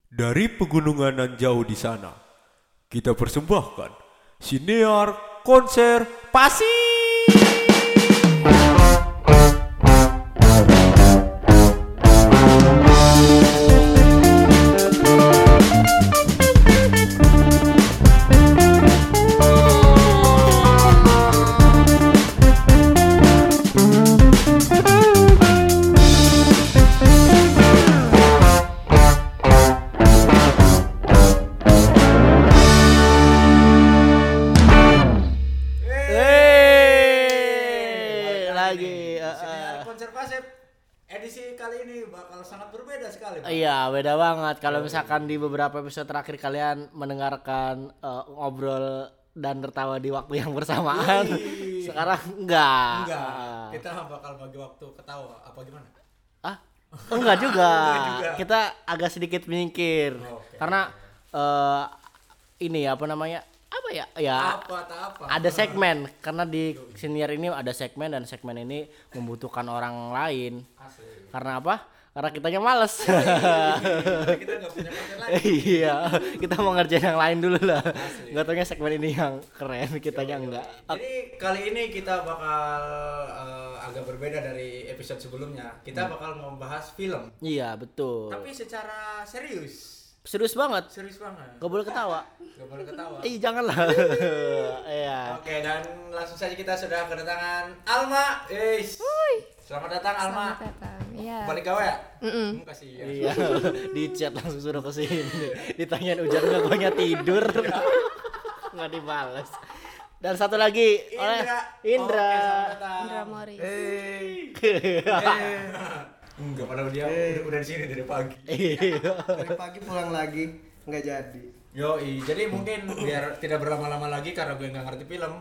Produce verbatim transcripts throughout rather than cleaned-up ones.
Dari pegunungan nan jauh di sana, kita persembahkan Sinear Konser Pasir. Edisi kali ini bakal sangat berbeda sekali, Pak. Iya, beda banget. Kalau misalkan di beberapa episode terakhir kalian mendengarkan uh, ngobrol dan tertawa di waktu yang bersamaan, Wih. sekarang enggak. Enggak. Uh, Kita bakal bagi waktu ketawa apa gimana? ah, enggak juga. Enggak juga. Kita agak sedikit menyingkir. Oke. Karena uh, ini apa namanya? Apa ya? Ya Apa tak apa. ada segmen, karena di senior ini ada segmen dan segmen ini membutuhkan orang lain. Asli. Karena apa? Karena kitanya males. Karena kita enggak punya konten lagi. Iya, kita mau ngerjain yang lain dulu lah. Asli. Gak taunya segmen ini yang keren, kitanya enggak. Jadi kali ini kita bakal uh, agak berbeda dari episode sebelumnya. Kita bakal membahas film, Iya, betul. tapi secara serius. Serius banget. Serius banget. Gak boleh ketawa. Gak boleh ketawa. Ih, janganlah. Iya. Oke, dan langsung saja kita sudah kedatangan Alma. Eish. Selamat datang Alma. Selamat datang. Iya. Balik gawe ya? Mm-mm. Hmm, kasih ya. Iya, di chat langsung suruh ke sini. Ditanyain hujan enggak, guanya tidur. Enggak dibalas. Dan satu lagi oleh Indra. Indra. Oke, selamat datang. Indra Moris. Enggak, padahal dia udah, udah di sini dari pagi. Iya. Dari pagi pulang lagi nggak jadi. Yoi, jadi mungkin biar tidak berlama-lama lagi karena gue nggak ngerti film.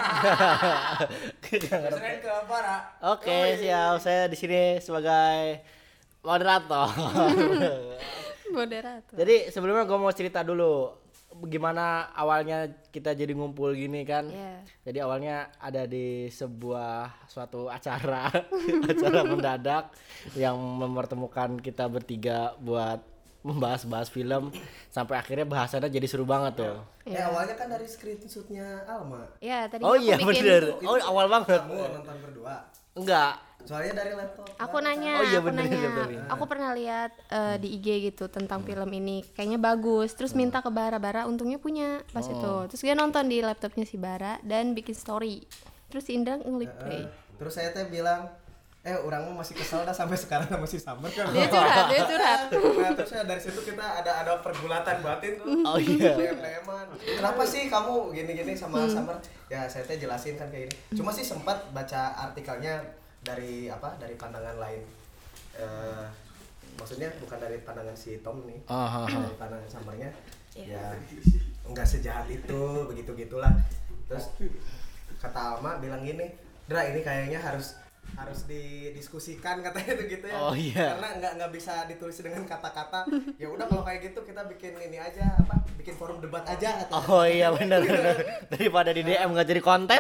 Serain ke Bara. Oke, siap. Saya di sini sebagai moderator. Moderator. Jadi sebelumnya gue mau cerita dulu gimana awalnya kita jadi ngumpul gini kan. Iya. Jadi awalnya ada di sebuah suatu acara, acara mendadak yang mempertemukan kita bertiga buat membahas-bahas film sampai akhirnya bahasannya jadi seru banget tuh. Eh Iya. awalnya kan dari screenshotnya Alma. Ya, tadi Oh aku iya bikin bener. Oh awal banget. Kamu nonton berdua. Enggak. Soalnya dari laptop. Aku nanya, Oh iya, aku bener, nanya. bener, bener. Aku pernah lihat eh, di I G gitu tentang film ini, kayaknya bagus. Terus minta ke Bara, Bara untungnya punya pas itu. Terus dia nonton di laptopnya si Bara dan bikin story. Terus si Indra ngeklik play. Terus saya teh bilang, eh orang mah masih kesel dah sampai sekarang masih summer kan. Dia curhat, dia curhat. Nah, terusnya dari situ kita ada ada pergulatan batin tuh. Oh iya. Lem-leman. Kenapa sih kamu gini-gini sama Summer? Ya saya teh jelasin kan kayak gini. Cuma sih sempat baca artikelnya dari apa? Dari pandangan lain. Eh maksudnya bukan dari pandangan si Tom nih. Aha. Dari pandangan Summernya. Ya enggak sejahat itu, begitu-gitulah. Terus kata Alma bilang gini, Dra ini kayaknya harus harus didiskusikan katanya tuh gitu ya. Oh, iya. Karena nggak nggak bisa ditulis dengan kata-kata. Ya udah kalau kayak gitu kita bikin ini aja apa? Bikin forum debat aja katanya. Oh iya benar benar. Daripada di D M nggak jadi konten.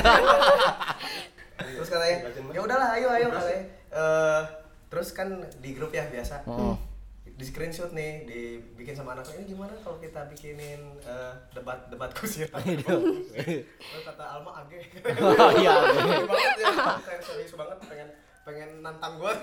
Terus katanya, ya udahlah ayo ayo katanya. Eh terus kan di grup ya biasa. Oh. Di screenshot nih, dibikin sama anaknya, ini gimana kalau kita bikinin eh, debat debat kusir. Terus kata Alma age. Oh iya. Serius banget ya, kayak serius banget pengen pengen nantang gua.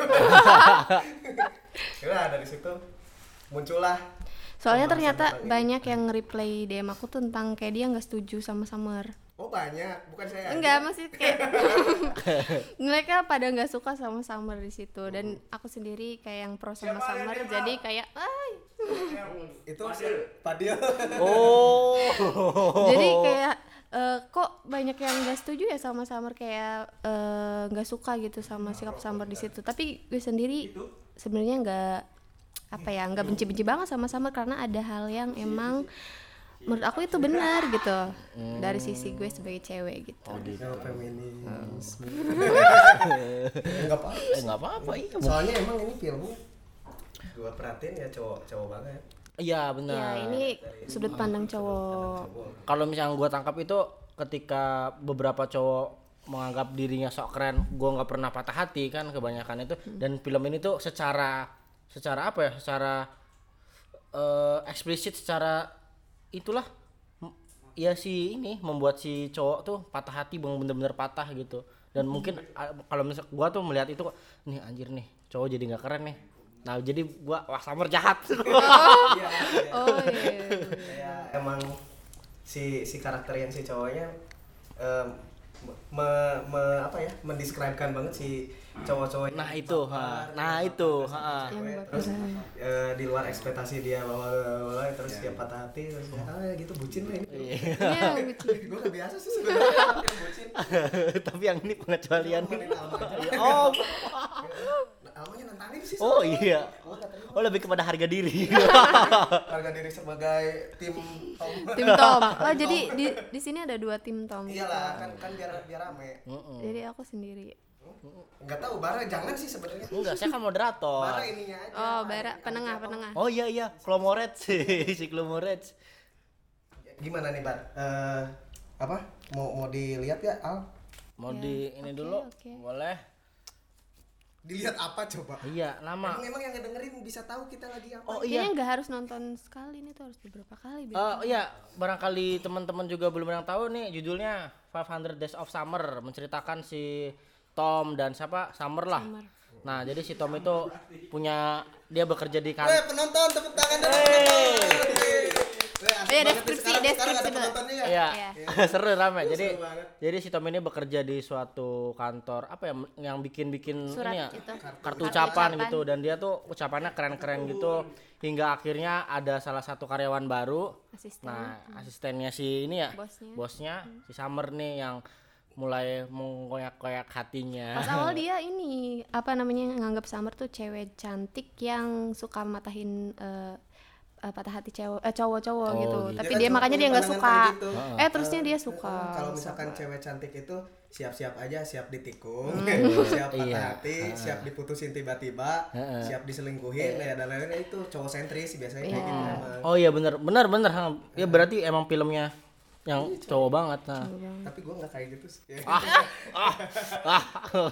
Ya dari situ muncullah. Soalnya pembahasan ternyata tentang ini. banyak yang nge-replay D M aku tentang kayak dia nggak setuju sama Summer. Oh banyak, bukan saya. Enggak, masih kayak mereka pada nggak suka sama Summer di situ dan aku sendiri kayak yang pro sama Siapa yang Summer dia mau? jadi kayak ay. Itu sih Padil. Oh. Jadi kayak eh, kok banyak yang nggak setuju ya sama Summer kayak eh, nggak suka gitu sama sikap Summer di situ. Tapi gue sendiri sebenarnya nggak apa ya nggak benci-benci banget sama Summer karena ada hal yang emang menurut aku itu benar gitu dari sisi gue sebagai cewek gitu. Oh, feminis. Enggak apa-apa. Eh enggak apa-apa iya. Soalnya emang ini filmnya gua perhatiin ya cowok cowok banget. Iya Ya benar. ini sudut pandang cowok. Kalau misalnya gue tangkap itu ketika beberapa cowok menganggap dirinya sok keren, gue nggak pernah patah hati kan kebanyakan itu. Dan film ini tuh secara secara apa ya? Secara eh, eksplisit secara itulah M- ya si ini membuat si cowok tuh patah hati, bang bener-bener patah gitu. Dan mungkin a- kalau misal gua tuh melihat itu, nih anjir nih cowok jadi nggak keren nih. Nah jadi gua wah Summer jahat. Iya, iya. Oh iya. Kayak emang si si karakter yang si cowoknya em, me, me- apa ya mendeskripsikan banget si cowok-cowok Nah itu, ha. Nah itu, ha. Yang terus baperan. eh, di luar ekspektasi dia bahwa terus dia patah hati terus dia, ah gitu bucin lah ini. Iya, bucin. Gue gak biasa sih sebenarnya yang bucin. Tapi yang ini pengecualian. Nemenin Alma aja. Oh, Nah, Almanya nantangin sih. oh iya. Oh lebih kepada harga diri. Harga diri sebagai tim Tom. Tim Tom. Oh jadi di di sini ada dua tim Tom. Iyalah kan kan biar biar rame. Jadi aku sendiri. Enggak tahu Bara jangan sih sebenarnya. Enggak, saya kan moderator. Bara ininya aja. Oh, Bara penengah penengah. Oh iya iya, Klomoret sih, si Klomoret. Gimana nih Bar? Eh apa? Mau mau dilihat ya Al? Mau Ya, di ini oke, dulu, oke. boleh? Dilihat apa coba? Iya, nama. Emang emang yang ngedengerin bisa tahu kita lagi apa? Oh Kayaknya iya. nggak harus nonton sekali nih tuh harus beberapa kali. biar- Oh iya, barangkali teman-teman juga belum yang tahu nih judulnya five hundred Days of Summer, menceritakan si Tom dan siapa? Summer lah. Summer. Nah, jadi si Tom itu punya dia bekerja di Eh kantor. penonton tepuk tangan dulu. Oh iya, deskripsi, deskripsi dulu. penontonnya ya. Iya, Iya. seru rame. Jadi Seru banget. jadi si Tom ini bekerja di suatu kantor apa ya yang bikin-bikin Surat ini ya gitu. kartu Kartu ucapan ucapan. gitu, dan dia tuh ucapannya keren-keren gitu hingga akhirnya ada salah satu karyawan baru. Asisten. Nah, asistennya si ini ya, Bosnya. bosnya si Summer nih yang mulai mengkoyak-koyak hatinya. Pas awal dia ini apa namanya nganggap Summer tuh cewek cantik yang suka matahin eh, eh, patah hati cewek eh, cowok-cowok Oh, gitu. gitu. Tapi Dia kan dia cuma makanya punya dia nggak pandangan suka. kayak gitu. Eh terusnya dia suka. Kalau misalkan cewek cantik itu siap-siap aja, siap ditikung, Hmm. siap patah Iya. hati, siap diputusin tiba-tiba, Heeh. siap diselingkuhin, ya dan lain-lain itu cowok sentris biasanya kayak Iya. gitu emang. Oh iya bener bener bener. Ha. Ya berarti emang filmnya yang cowok banget. Nah. Tapi gue nggak kayak gitu sih. Ah, ah, ah.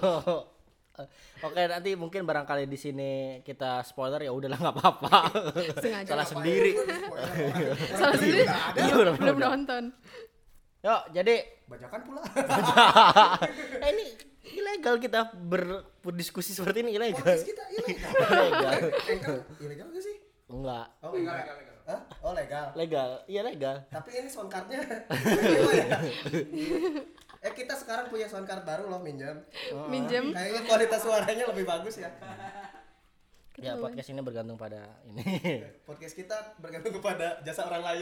Oke, nanti mungkin barangkali di sini kita spoiler, ya udahlah nggak apa-apa. Sengaja Salah sendiri. Salah sendiri. Iya, udah, Belum udah. nonton. Yuk, jadi Bajakan pula. eh, ini ilegal kita ber- berdiskusi seperti ini, ilegal. Podcast kita ilegal. Ilegal. Anchor ilegal nggak sih? Enggak, Oh legal, legal, legal. Hah? Oh legal. legal. Iya legal. Tapi ini sound cardnya. Gimana ya? Eh kita sekarang punya sound card baru loh minjam. Minjem. Kayaknya kualitas suaranya lebih bagus ya. Ya, podcast ini bergantung pada ini. Podcast kita bergantung kepada jasa orang lain.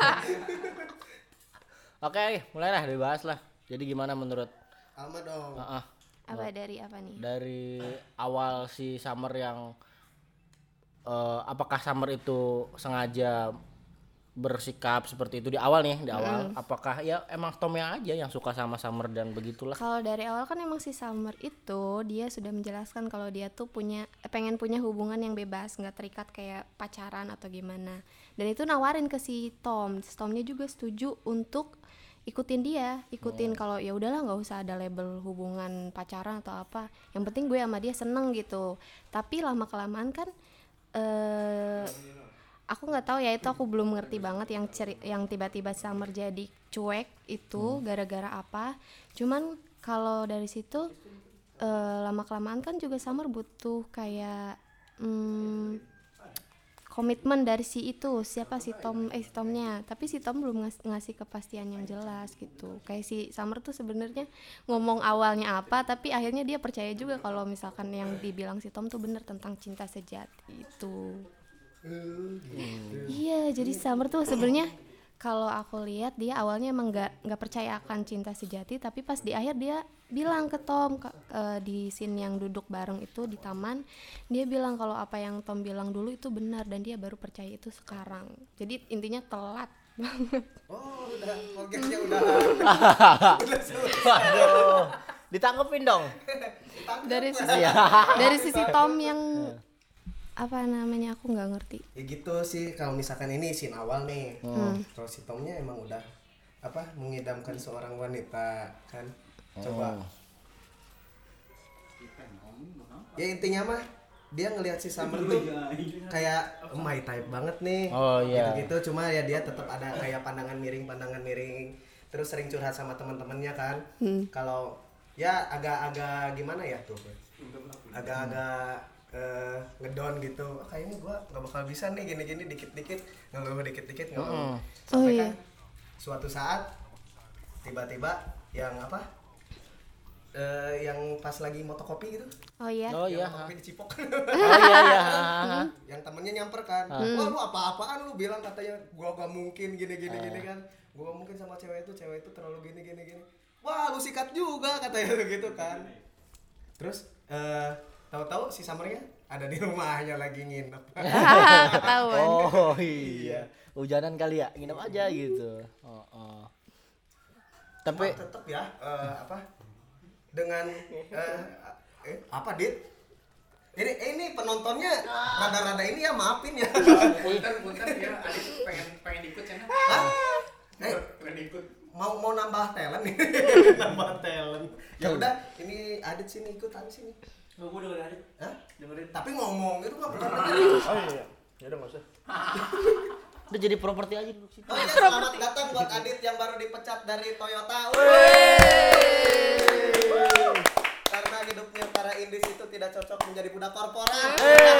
Oke, mulailah dibahas lah. Jadi gimana menurut Alma dong. ah, ah, Apa dari apa nih? dari awal si Summer yang eh, apakah Summer itu sengaja bersikap seperti itu di awal nih, di awal? Apakah ya emang Tomnya aja yang suka sama Summer dan begitulah? Kalau dari awal kan emang si Summer itu dia sudah menjelaskan kalau dia tuh punya eh, pengen punya hubungan yang bebas, nggak terikat kayak pacaran atau gimana. Dan itu nawarin ke si Tom. Si Tomnya juga setuju untuk ikutin dia, ikutin kalau ya udahlah nggak usah ada label hubungan pacaran atau apa. Yang penting gue sama dia seneng gitu. Tapi lama kelamaan kan eh aku nggak tahu ya, itu aku belum ngerti banget yang ceri- yang tiba-tiba Summer jadi cuek itu gara-gara apa. Cuman kalau dari situ eh, lama kelamaan kan juga Summer butuh kayak hmm, komitmen dari si itu, siapa si Tom eh si Tomnya. Tapi si Tom belum ngas- ngasih kepastian yang jelas gitu. Kayak si Summer tuh sebenarnya ngomong awalnya apa, tapi akhirnya dia percaya juga kalau misalkan yang dibilang si Tom tuh bener tentang cinta sejati itu. Iya, jadi Summer tuh sebenarnya kalau aku lihat dia awalnya emang nggak nggak percaya akan cinta sejati, tapi pas di akhir dia bilang ke Tom ke, eh, di scene yang duduk bareng itu di taman, dia bilang kalau apa yang Tom bilang dulu itu benar dan dia baru percaya itu sekarang. Jadi intinya telat banget. Oh udah, podcastnya udah. Waduh, ditanggepin dong. Dari sisi dari sisi Tom yang apa namanya aku nggak ngerti. Ya gitu sih kalau misalkan ini scene awal nih. Hmm. Kalau si Tomnya emang udah apa mengidamkan seorang wanita kan. Coba. Oh. Ya intinya mah dia ngelihat si Summer tuh kayak oh, my type banget nih. Oh, iya. Gitu-gitu cuma ya dia tetap ada kayak pandangan miring pandangan miring. Terus sering curhat sama teman-temannya kan. Hmm. Kalau ya agak-agak gimana ya tuh. Agak-agak uh, ngedon gitu. Oh, kayaknya gua enggak bakal bisa nih gini-gini dikit-dikit, ngeluh dikit-dikit ngeluh. Mm. Oh, Sampai iya. kan suatu saat tiba-tiba yang apa? Uh, yang pas lagi motokopi gitu. Oh iya. Oh iya. Yang motokopi di Cipok. Oh iya iya. Yang temennya nyamper kan. Hmm. Wah lu apa-apaan lu bilang katanya gua gak mungkin gini-gini gini kan. Gua gak mungkin sama cewek itu, cewek itu terlalu gini-gini gini. Wah lu sikat juga katanya gitu kan. Terus uh, tahu-tahu si Summernya ada di rumahnya lagi nginep. Ketahuan. Oh iya. Hujanan kali ya, nginep aja gitu. Oh, oh. Tapi tetap ya uh, apa dengan uh, eh apa Dit? Ini ini penontonnya rada-rada ini ya maafin ya. Punten punten ya, Adit pengen pengen ikut channel. Hah? Eh, Pengen ikut. mau mau nambah talent nih. Nambah talent. Ya udah, ini Adit sini ikutan sini. Oh, gua dengerin Adit. Hah? Dengerin. Tapi ngomong itu enggak pernah dengerin. Oh iya. Ya udah enggak usah. udah jadi properti aja dulu sih. Oh iya, selamat datang buat Adit yang baru dipecat dari Toyota. Karena hidupnya para indis itu tidak cocok menjadi budak korporat.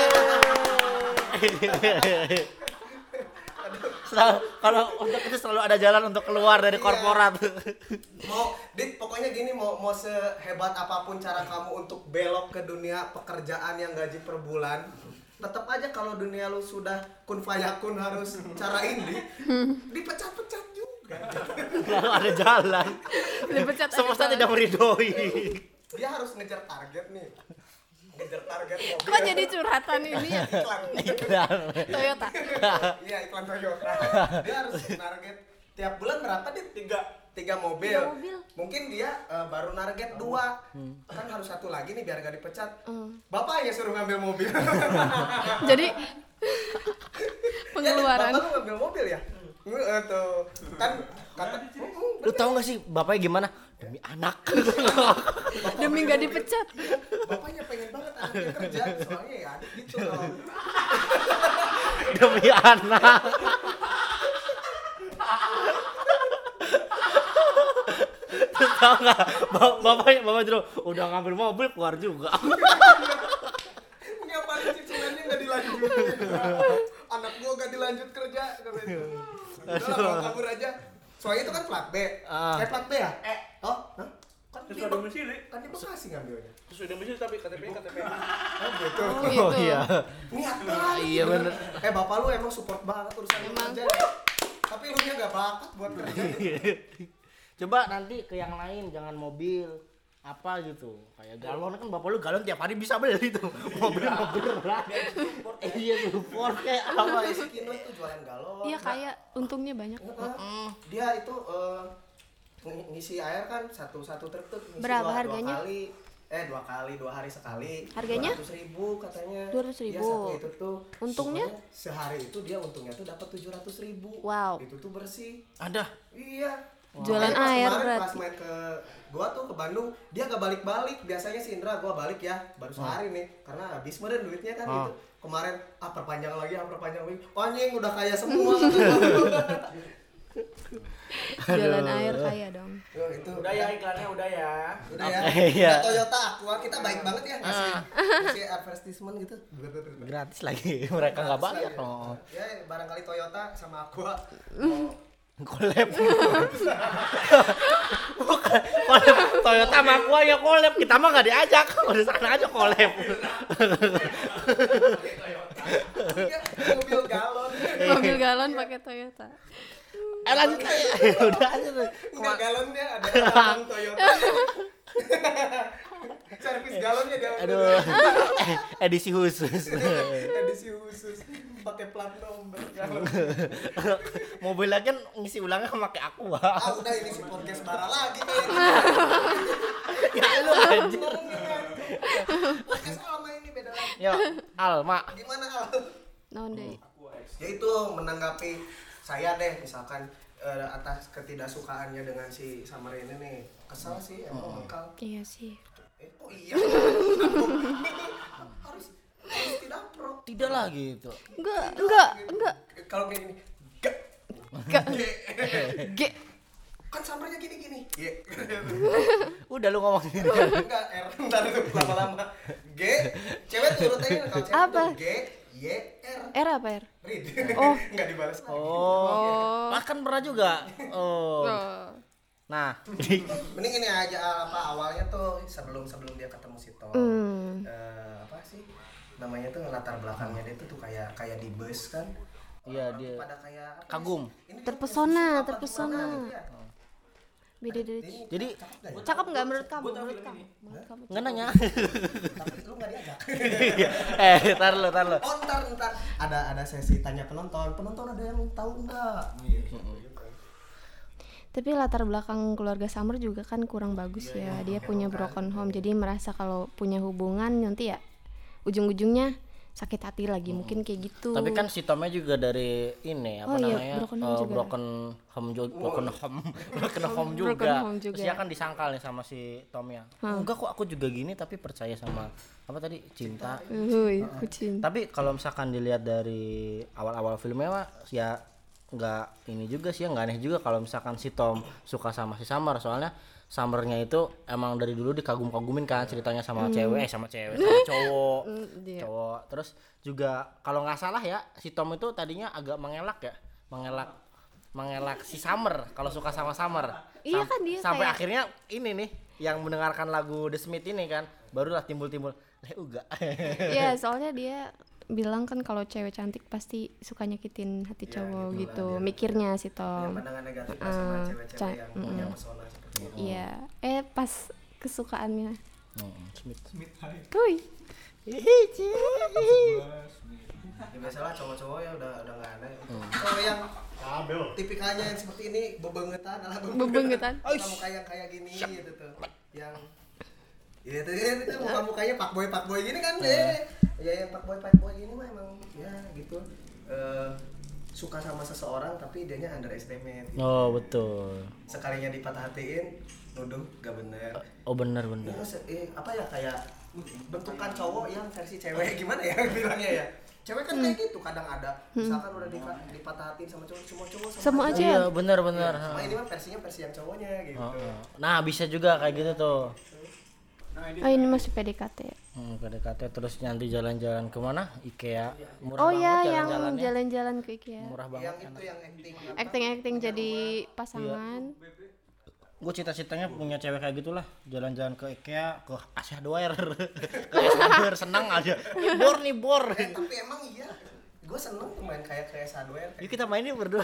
Selalu, kalau untuk itu selalu ada jalan untuk keluar dari korporat. Mau Dit, pokoknya gini, mau mau sehebat apapun cara kamu untuk belok ke dunia pekerjaan yang gaji per bulan, tetap aja kalau dunia lu sudah kun fayakun harus cara indie, dipecat-pecat juga. Selalu ada jalan. Dipecat aja Semesta jalan. tidak meridoi. Dia harus ngejar target nih. Ngejar target mobil. Kok jadi curhatan ini ya? Iklan. Iklan. Toyota. Iya, iklan Toyota. Dia harus target tiap bulan berapa Dit? Tiga tiga mobil. Tiga mobil. Mungkin dia uh, baru target dua. Kan harus satu lagi nih biar gak dipecat. Hmm. Bapaknya suruh ngambil mobil. Jadi pengeluaran. Ya, bapak lu ngambil mobil ya? Uh, tuh. Kan kata Lu tahu gak sih bapaknya gimana? Demi anak. Demi nggak dipecat. bapaknya pengen banget anaknya kerja. Soalnya ya gitu kalau Demi anak. Terus tau gak? Bapaknya bapak Jero udah ngambil mobil keluar juga. ini apa cicilannya nggak dilanjutin. Anak gua nggak dilanjut kerja katanya. Udah lah, kabur aja. Soalnya itu kan plat B. Ah. Eh plat B ya? Eh, oh, hah? Kan di Sesuai domisili. kan di Bekasi ngambilnya. Sesuai domisili tapi K T P K T P. Oh gitu. Oh, gitu. Oh iya. Niat banget. Iya, bener. Eh bapak lu emang support banget urusan kerja. Tapi lu nya nggak bakat buat kerja. Coba nanti ke yang lain, jangan mobil apa gitu. Kayak galon kan bapak lu galon tiap hari bisa beli tuh. Mobil-mobil berat. Iya support kayak apa Si Kino itu jualan galon. Iya kayak untungnya banyak. Heeh. Dia itu eh, ng- ngisi air kan satu-satu truk tuh ngisi Berapa dua, harganya? dua kali. Eh dua kali, dua hari sekali. Harganya? dua ratus ribu katanya. dua ratus ribu. Iya satu itu tuh. Untungnya? Pokoknya sehari itu dia untungnya tuh dapat tujuh ratus ribu. Wow. Itu tuh bersih. ada. Iya. Jualan Makanya pas air kemarin berarti. Pas main ke gua tuh ke Bandung, dia gak balik-balik. Biasanya si Indra gua balik ya, baru sehari nih. Karena habis meren duitnya kan Oh. gitu. Kemarin ah perpanjang lagi, ah perpanjang lagi. Anjing udah kaya semua. Jualan air kaya dong. Yo, itu Udah ya iklannya udah ya. Udah ya. Oke, iya. Udah Toyota Aqua kita baik banget ya ngasih ngasih advertisement gitu. Gratis lagi. Mereka nggak Gratis bayar. lagi. Oh. Ya barangkali Toyota sama Aqua mau Collab. Bukan collab Toyota sama Aqua ya collab. Kita mah nggak diajak. Udah sana aja collab. iya, mobil galon. Mobil galon pakai Toyota. Eh lanjut aja. Udah aja tuh. Enggak galonnya ada lambang Toyota. Servis galonnya dia. Aduh. Eh, edisi khusus. Edisi khusus pakai plat nomor galon. Mobilnya kan ngisi ulangnya pakai Aqua. Ah udah ini si podcast bara lagi kayaknya. Ya lu anjing. Ngomongin kan. Podcast sama ini beda lagi. Yo, Al, Mak. Gimana Al? Naon deui? Ya itu menanggapi saya deh misalkan eh, atas ketidaksukaannya dengan si Summer ini nih. Kesal sih emang mengkal. Iya sih. Eh, oh iya. harus harus tidak lah gitu. Enggak, enggak, enggak. Kalau kayak gini, gak. Enggak. G. Kan sampernya gini-gini. G. Udah lu ngomong gitu. Enggak, R ntar itu lama-lama. G, cewek tuh urutannya kalau cewek Apa? tuh G, Y, R. R apa R? Read. Oh. Enggak dibalas lagi. Oh. Oh. Makan pernah juga. Oh. Oh. Nah, Mending ini aja apa awalnya tuh sebelum sebelum dia ketemu si Tom. Hmm. Eh, apa sih? Namanya tuh latar belakangnya dia tuh tuh kayak kayak di bus kan. iya Orang dia pada kayak apa kagum. sih? Ini tuh Terpesona, apa terpesona. gimana gitu ya. Beda dari Ini Jadi cakep nggak ya? cakep nggak menurut kamu? Menurut kamu? Menurut kamu? nggak nanya. Tapi lu nggak diajak. eh, tar lu, tar lu. Oh ntar ntar ada ada sesi tanya penonton. Penonton ada yang tahu nggak? Tapi latar belakang keluarga Summer juga kan kurang bagus ya. Dia punya broken home, jadi merasa kalau punya hubungan nanti ya ujung-ujungnya sakit hati lagi, mungkin kayak gitu. Tapi kan si Tomnya juga dari ini apa Oh iya, namanya? broken home eh, juga. broken home juga, broken home, broken home juga. Broken home juga. Terus dia kan disangkal nih sama si Tomnya. Enggak kok, aku juga gini tapi percaya sama apa tadi? Cinta. Uhuy, kucing. Tapi kalau misalkan dilihat dari awal-awal filmnya Wak, ya nggak ini juga sih, nggak aneh juga kalau misalkan si Tom suka sama si Summer, soalnya Summernya itu emang dari dulu dikagum-kagumin kan ceritanya sama cewek, sama cewek, sama cowok, iya. cowok. Terus juga kalau nggak salah ya si Tom itu tadinya agak mengelak ya, mengelak, mengelak si Summer kalau suka sama Summer. Iya kan dia sampai kayak- akhirnya ini nih yang mendengarkan lagu The Smith ini kan, barulah timbul-timbul, leh uga. Iya, soalnya dia bilang kan kalau cewek cantik pasti suka nyakitin hati cowok gitu, mikirnya si Tom. Pandangan negatif lah sama Ah, cewek-cewek ca- yang punya pesona seperti itu. Iya, eh pas kesukaannya. Hmm, Smith. Kuy. Ya biasalah cowok-cowok ya udah udah nggak aneh. Kalau yang tipikalnya yang seperti ini bebengetan adalah Bebengetan. muka yang kayak gini gitu tuh. Yang ya itu itu muka-mukanya pak boy pak boy gini kan deh. Ya yang pak boy pak boy gini mah emang ya gitu. Eh, suka sama seseorang tapi dianya underestimate. Gitu. Oh betul. Sekalinya dipatah hatiin, nuduh gak bener. Oh benar benar. Ya, se- eh, apa ya kayak bentukan cowok yang versi cewek gimana ya bilangnya ya. Cewek kan kayak gitu kadang ada. Misalkan udah dipa- dipatahatin sama cowok, semua cowok sama Semua aja. Iya benar benar. Cuma ini mah versinya versi yang cowoknya gitu. Oh, oh. Nah bisa juga kayak gitu tuh. Oh ini masih P D K T. Hmm, P D K T terus nanti jalan-jalan kemana? IKEA. Murah Oh banget ya, yang jalan-jalannya. jalan-jalan ke IKEA. Murah Yang banget. itu yang acting apa? Acting-acting jadi pasangan. Gue cita-citanya punya cewek kayak gitulah, jalan-jalan ke IKEA, ke Asia Hardware. Ke Asia Hardware senang aja. Ih, bor nih bor. Eh, tapi emang iya. Gue seneng tuh main kayak kayak hardware. Yuk kita mainin berdua.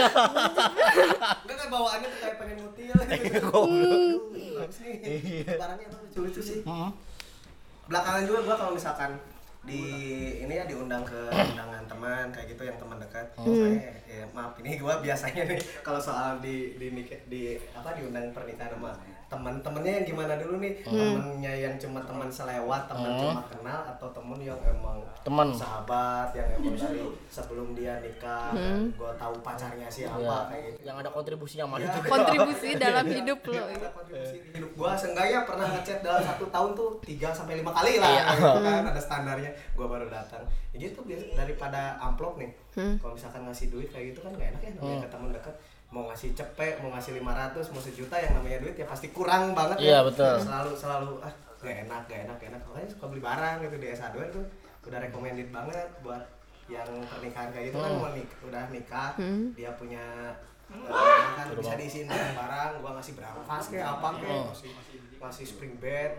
Enggak kan bawaannya tuh kayak pengen mutil gitu. Goblok. Bagus nih. Barangnya emang lucu-lucu sih. Belakangan juga gua kalau misalkan di ini ya diundang ke undangan teman kayak gitu yang teman dekat. Saya ya, maaf ini gua biasanya nih kalau soal di di nik- di apa diundang pernikahan sama teman-temannya yang gimana dulu nih? Temennya yang cuma teman selewat, teman cuma kenal atau temen yang emang Teman. sahabat yang emang dari sebelum dia nikah, gua tahu pacarnya siapa Iya. kayak gitu. Yang ada kontribusinya mana Iya. juga. Kontribusi dalam hidup lo. Ada kontribusi di hidup gua seenggaknya pernah ngechat dalam satu tahun tuh tiga sampai lima kali lah Iya. gitu kan ada standarnya gua baru datang ya gitu biasa daripada amplop nih kalau misalkan ngasih duit kayak gitu kan gak enak ya namanya ke teman dekat mau ngasih cepet mau ngasih lima ratus mau sejuta yang namanya duit ya pasti kurang banget Iya, ya betul. selalu selalu ah gak enak gak enak gak enak makanya suka beli barang gitu di S Hardware tuh udah recommended banget buat yang pernikahan kayak gitu kan mau nik udah nikah dia punya eh, kan bisa diisiin barang gua ngasih berangkas kayak apa kayak ngasih ngasih spring bed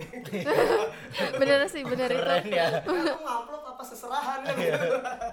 Bener sih, bener itu. Keren ya. aku ngamplop apa seserahan kan gitu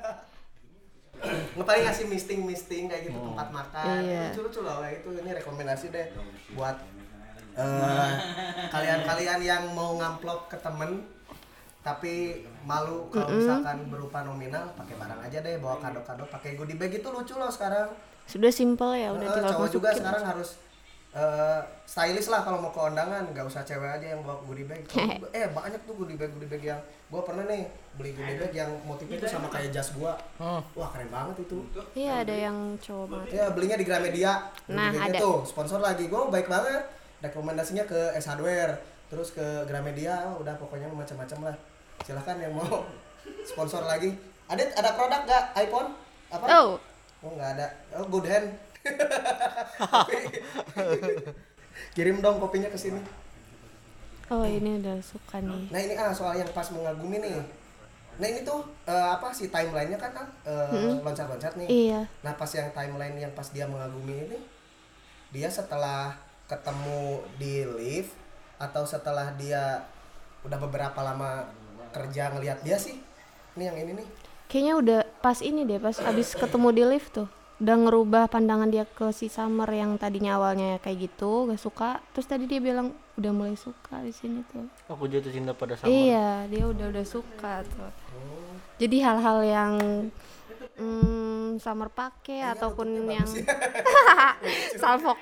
ngepaling ngasih misting-misting kayak gitu tempat makan Iya. lucu-lucu lah kayak itu ini rekomendasi deh buat eh, kalian-kalian yang mau ngamplop ke temen tapi malu kalau misalkan berupa nominal pakai barang aja deh bawa kado-kado pakai goodie bag itu lucu loh sekarang. Sudah simple ya, udah Eh, tinggal cowok juga masukin. sekarang harus eh, stylish lah kalau mau ke undangan nggak usah cewek aja yang bawa goodie bag. Kalau- eh banyak tuh goodie bag goodie bag yang gua pernah nih beli goodie bag yang motifnya tuh sama kayak jas gua. Wah keren banget itu. Iya, ada yang cowok banget. Ya belinya di Gramedia. Nah, Goodie bagnya ada. tuh sponsor lagi. Gua baik banget. Rekomendasinya ke S Hardware, terus ke Gramedia, oh, udah pokoknya macam-macam lah. Silahkan yang mau sponsor lagi. Ada ada produk nggak iPhone? Apa? Oh, Oh nggak ada. Oh good hand. Kirim dong kopinya ke sini. oh ini udah suka nih. Nah ini ah soal yang pas mengagumi nih. Nah ini tuh eh, apa sih timelinenya kan ah, eh, loncat-loncat nih. Iya. Nah pas yang timeline yang pas dia mengagumi ini, dia setelah ketemu di lift atau setelah dia udah beberapa lama kerja ngelihat dia sih? Ini yang ini nih. Kayaknya udah pas ini deh, pas abis ketemu di lift tuh. Udah ngerubah pandangan dia ke si Summer yang tadinya awalnya kayak gitu, gak suka. Terus tadi dia bilang udah mulai suka di sini tuh. Aku jatuh cinta pada Summer. Iya, dia udah udah suka tuh. Jadi hal-hal yang mm, Summer pakai ataupun yang salfok.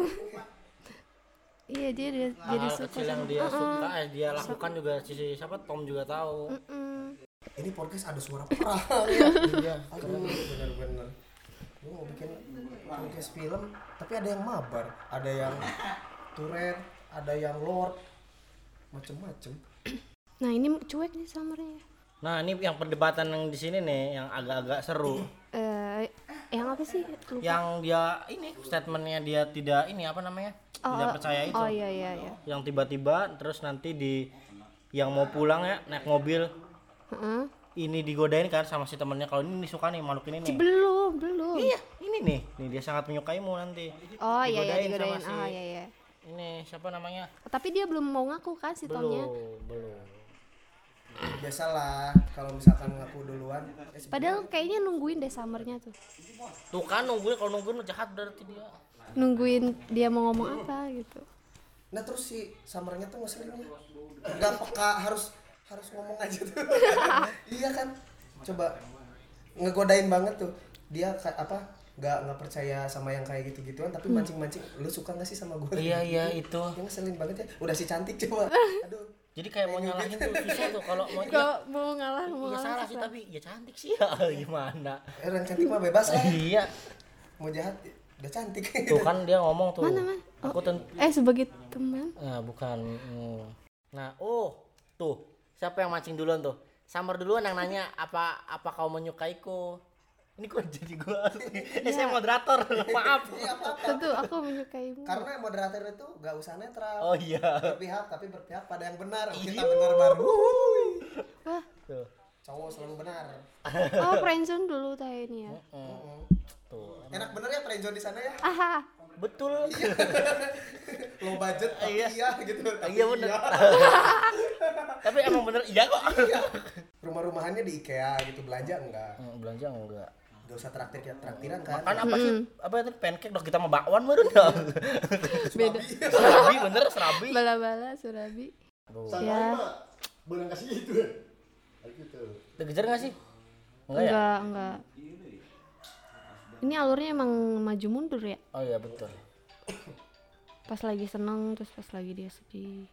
Iya dia, dia jadi Hal suka kecil yang sama- dia Uh-uh. suka, eh, dia lakukan juga si siapa Tom juga tahu. Mm. Ini podcast ada suara perang ya. Iya. Aduh bener-bener. Gue mau bikin podcast film, tapi ada yang mabar, ada yang turer, ada yang lord, macem-macem. Nah ini cuek nih Summernya. Nah, ini yang perdebatan yang di sini nih yang agak-agak seru. Eh, yang apa sih? Lupa. Yang dia ini statementnya dia tidak ini apa namanya? Oh, tidak percaya itu. Oh iya iya iya. Yang tiba-tiba terus nanti di yang mau pulang ya naik mobil Heeh. ini digodain kan sama si temennya kalau ini suka nih makhluk ini nih. Belum, belum. Iya, ini nih. Nih dia sangat menyukaimu nanti. Oh iya iya Digodain digodain. sama si- Oh iya iya. Ini siapa namanya? Tapi dia belum mau ngaku kan si Tomnya. Belum, belum. Biasalah kalau misalkan ngaku duluan. eh, sebenarnya- Padahal kayaknya nungguin deh Summernya tuh. Tuh kan nungguin, kalau nungguin lu jahat berarti dia. Nungguin dia mau ngomong apa gitu. Nah terus si Summernya tuh ngeselinnya nggak peka, harus harus ngomong aja tuh. Iya kan, coba ngegodain banget tuh dia kayak apa, nggak nggak percaya sama yang kayak gitu gituan tapi mancing-mancing, lu suka nggak sih sama gue? Iya iya itu. Yang ngeselin banget ya, udah si cantik coba, aduh. Jadi kayak mau nyalahin tuh susah tuh kalau mau iya, Kok mau ngalah mau iya ngalah. salah sih susah. tapi ya cantik sih ya gimana. Eh, orang cantik mah bebas lah, Iya. mau jahat udah cantik. Tuh kan dia ngomong tuh. Mana, mana? Aku ten- Eh sebagai teman. Nah, bukan. Hmm. Nah, oh, tuh. Siapa yang mancing duluan tuh? Summer duluan yang nanya apa apa kau menyukaiku. Ini kok jadi gua. Eh, saya moderator. Maaf. Iya apa-apa. Tentu aku menyukaimu. Karena moderator itu nggak usah netral, Oh iya. berpihak tapi berpihak pada yang benar. Kita benar baru. Wah, Tuh. Cowok selalu benar. oh friendzone dulu tadi ini ya. Mm, tuh. Enak bener ya friendzone di sana ya. Aha. Betul. Low budget tapi Iya. iya gitu. Tapi Iya bener. Tapi emang bener iya kok. Rumah-rumahannya di IKEA gitu, belanja enggak. Hmm, belanja enggak. Enggak usah traktir kayak traktiran kan. Kan apa sih? Apa itu pancake dong kita mau bakwan baru dong. Beda. Serabi bener serabi. Bala-bala Surabi. Ya. Boleh kasih gitu ya? Kayak gitu. Dikejar enggak sih? Enggak ya? Enggak, enggak. Ini alurnya emang maju mundur ya. Oh iya betul. Pas lagi seneng terus pas lagi dia sedih.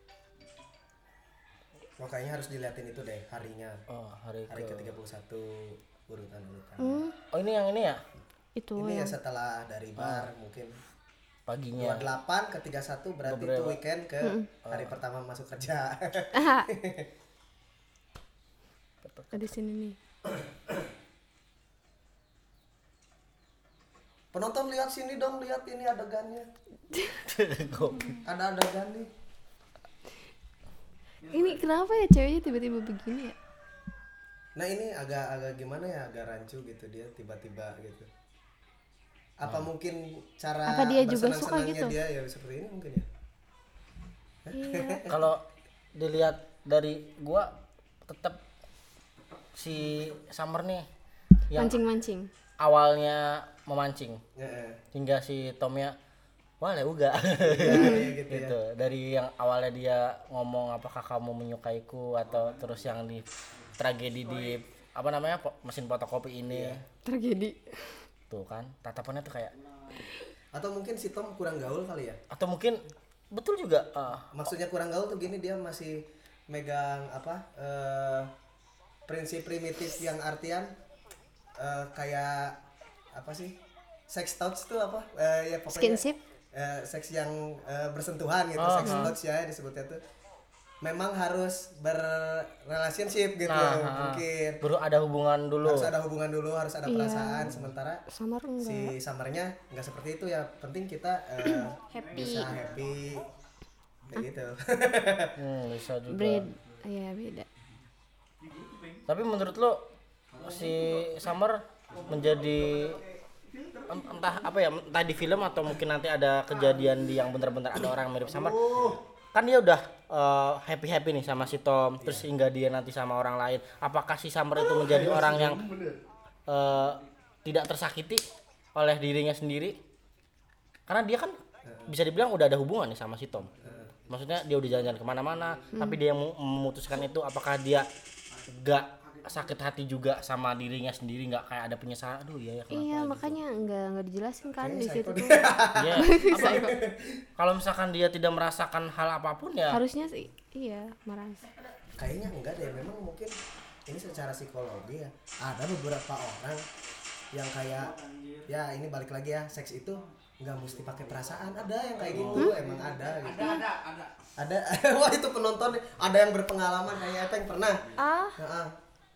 Makanya harus diliatin itu deh harinya. Oh, hari Hari ke ke tiga puluh satu urutan-urutan. Hmm, Oh, ini yang ini ya? itu Ini ya yang setelah dari bar mungkin Paginya. dua puluh delapan ke tiga puluh satu berarti itu Beberapa. weekend ke hari pertama masuk kerja. di sini nih. Penonton lihat sini dong, lihat ini adegannya. Ada adegan nih. Ini kenapa ya ceweknya tiba-tiba begini ya? Nah ini agak-agak gimana ya, agak rancu gitu dia tiba-tiba gitu. Apa mungkin cara Apa dia juga suka bersenang-senangnya gitu? dia ya seperti ini mungkin ya? Iya. Kalau dilihat dari gua tetap si Summer nih yang Mancing-mancing. awalnya memancing Ya, ya. hingga si Tomnya wah juga Ya, gitu ya. gitu dari yang awalnya dia ngomong apakah kamu menyukaiku atau terus yang di tragedi di apa namanya po- mesin fotokopi ini Tragedi. tuh kan tatapannya tuh kayak Atau mungkin si Tom kurang gaul kali ya? atau mungkin betul juga ah, Maksudnya kurang gaul tuh gini, dia masih megang apa eh, prinsip primitif yang artian eh, kayak apa sih, sex touch tuh apa Eh, ya pokoknya Skinship. eh, seks yang eh, bersentuhan gitu, Oh, sex hmm. touch ya disebutnya tuh. memang harus berrelationship gitu Nah, nah. mungkin. Baru ada hubungan dulu. Harus ada hubungan dulu, harus ada Iya. perasaan. Sementara Samar enggak. si Samarnya nggak seperti itu ya. Penting kita eh, Happy. bisa happy kayak gitu. Hmm, bisa juga. Breed. Iya, beda. Tapi menurut lo si Summer menjadi en- entah apa ya, entah di film atau mungkin nanti ada kejadian di yang benar-benar ada orang mirip Summer. Kan dia udah happy happy nih sama si Tom, terus hingga dia nanti sama orang lain. Apakah si Summer itu menjadi orang yang eh, tidak tersakiti oleh dirinya sendiri? Karena dia kan bisa dibilang udah ada hubungan nih sama si Tom. Maksudnya dia udah jalan-jalan kemana-mana, tapi dia yang mem- memutuskan itu, apakah dia gak sakit hati juga sama dirinya sendiri, nggak kayak ada penyesalan, aduh iya ya kenapa Iya, gitu. makanya enggak enggak dijelasin kan Kayaknya di situ psycho tuh. Iya, apa- kalau misalkan dia tidak merasakan hal apapun ya Harusnya sih iya, merasa. Kayaknya enggak deh, memang mungkin ini secara psikologi ya. Ada beberapa orang yang kayak ya ini balik lagi ya, seks itu nggak mesti pakai perasaan. Ada yang kayak gitu, emang ada gitu. Ada, ada, ada. Wah, itu penonton ada yang berpengalaman kayak apa yang pernah. Ah, Heeh.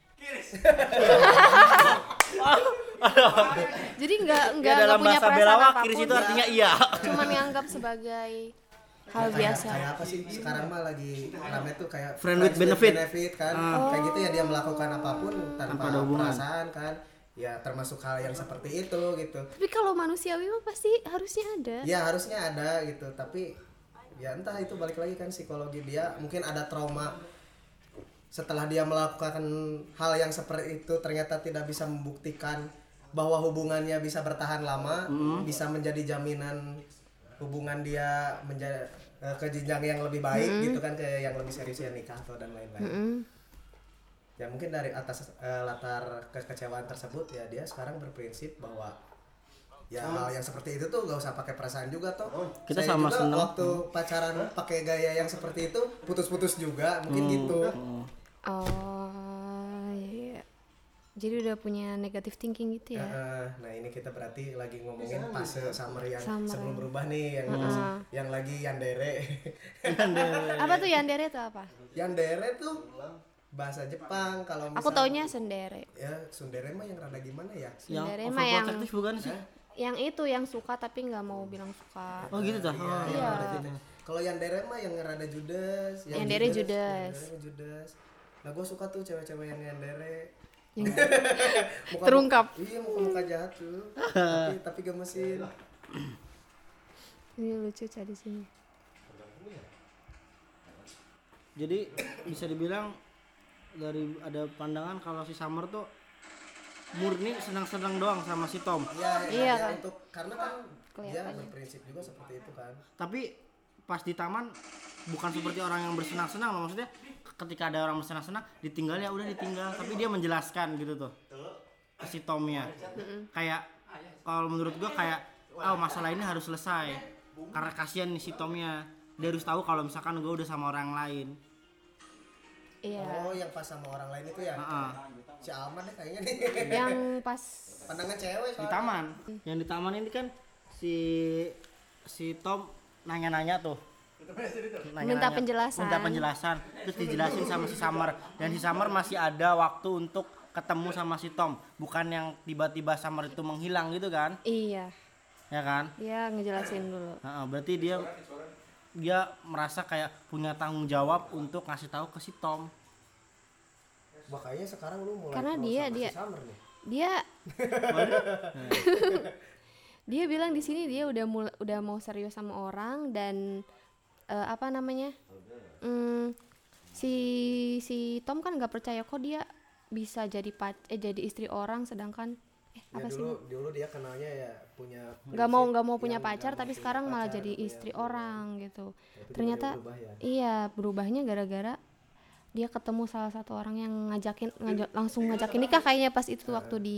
jadi enggak ya enggak dalam enggak punya bahasa perasaan Belawa apapun. kiris itu artinya iya. Cuman nganggap sebagai hal Kayak- biasa. Kayak apa sih sekarang mah lagi rame tuh kayak Friend with benefit. kan. Ah. Kayak gitu ya, dia melakukan apapun tanpa, Tanpa ada hubungan. perasaan kan. Ya termasuk hal yang seperti itu gitu. Tapi kalau manusiawi mah pasti harusnya ada. Ya harusnya ada gitu, tapi ya entah itu balik lagi kan psikologi dia, mungkin ada trauma setelah dia melakukan hal yang seperti itu ternyata tidak bisa membuktikan bahwa hubungannya bisa bertahan lama, bisa menjadi jaminan hubungan dia menjadi eh, ke jenjang yang lebih baik gitu kan, ke yang lebih serius ya nikah atau dan lain-lain. Mm. Ya mungkin dari atas eh, latar kekecewaan tersebut ya dia sekarang berprinsip bahwa ya hal yang seperti itu tuh gak usah pakai perasaan juga toh. Kita Saya sama juga senang. waktu pacaran pakai gaya yang seperti itu putus-putus juga mungkin gitu. Oh, iya. Jadi udah punya negative thinking gitu ya. Eh, nah ini kita berarti lagi ngomongin fase summer yang Summer. sebelum berubah nih, yang yang lagi yandere. Apa tuh yandere itu apa? Yandere tuh bahasa Jepang, kalau Aku misal taunya sendere. ya sundere mah yang rada gimana ya? Yang Sundere mah yang overprotective bukan sih? yang itu yang suka tapi nggak mau bilang suka. Oh gitu dah. Oh, Iya. Iya. Rada gitu. Kalau yandere mah yang rada judes, yang Yandere judes. yandere judes. Nah gue suka tuh cewek-cewek yang yandere. Yang Muka- terungkap. Iya, muka-muka jahat tuh. tapi tapi gemesin. Ini lucu Ca di sini. Jadi bisa dibilang dari ada pandangan kalau si Summer tuh murni senang-senang doang sama si Tom. Iya, Iya, ya, kan? untuk karena kan dia Kelihatannya. berprinsip juga seperti itu kan. Tapi pas di taman bukan seperti orang yang bersenang-senang loh, maksudnya ketika ada orang bersenang-senang ditinggal ya udah ditinggal, tapi dia menjelaskan gitu tuh ke si Tomnya. Kayak kalau menurut gua kayak oh masalah ini harus selesai karena kasihan nih si Tomnya, dia harus tahu kalau misalkan gua udah sama orang lain. Iya. Oh, yang pas sama orang lain itu ya. Heeh. Si Alman deh kayaknya nih. Yang pas Pandangan cewek Di soalnya. taman. Yang di taman ini kan si si Tom nanya-nanya tuh. Nanya-nanya, Minta penjelasan. Minta penjelasan. Terus dijelasin sama si Summer, dan si Summer masih ada waktu untuk ketemu sama si Tom, bukan yang tiba-tiba Summer itu menghilang gitu kan? iya, Ya kan? dia ngejelasin dulu. Nah, berarti dia dia merasa kayak punya tanggung jawab untuk ngasih tahu ke si Tom. Makanya sekarang lu mulai Karena close dia- sama si dia- Summer nih. Dia dia bilang di sini dia udah mul- udah mau serius sama orang dan eh, apa namanya? Hmm, si si Tom kan nggak percaya kok dia bisa jadi pac eh jadi istri orang, sedangkan eh Ya, apa sih? dulu dulu dia kenalnya ya punya Nggak mau nggak mau prinsip punya yang pacar nggak tapi mau sekarang punya malah pacar, jadi punya istri hubungan. orang gitu. Tapi Ternyata dia berubah ya. iya, berubahnya gara-gara dia ketemu salah satu orang yang ngajakin ngajak, langsung ngajakin nikah kayaknya pas itu waktu di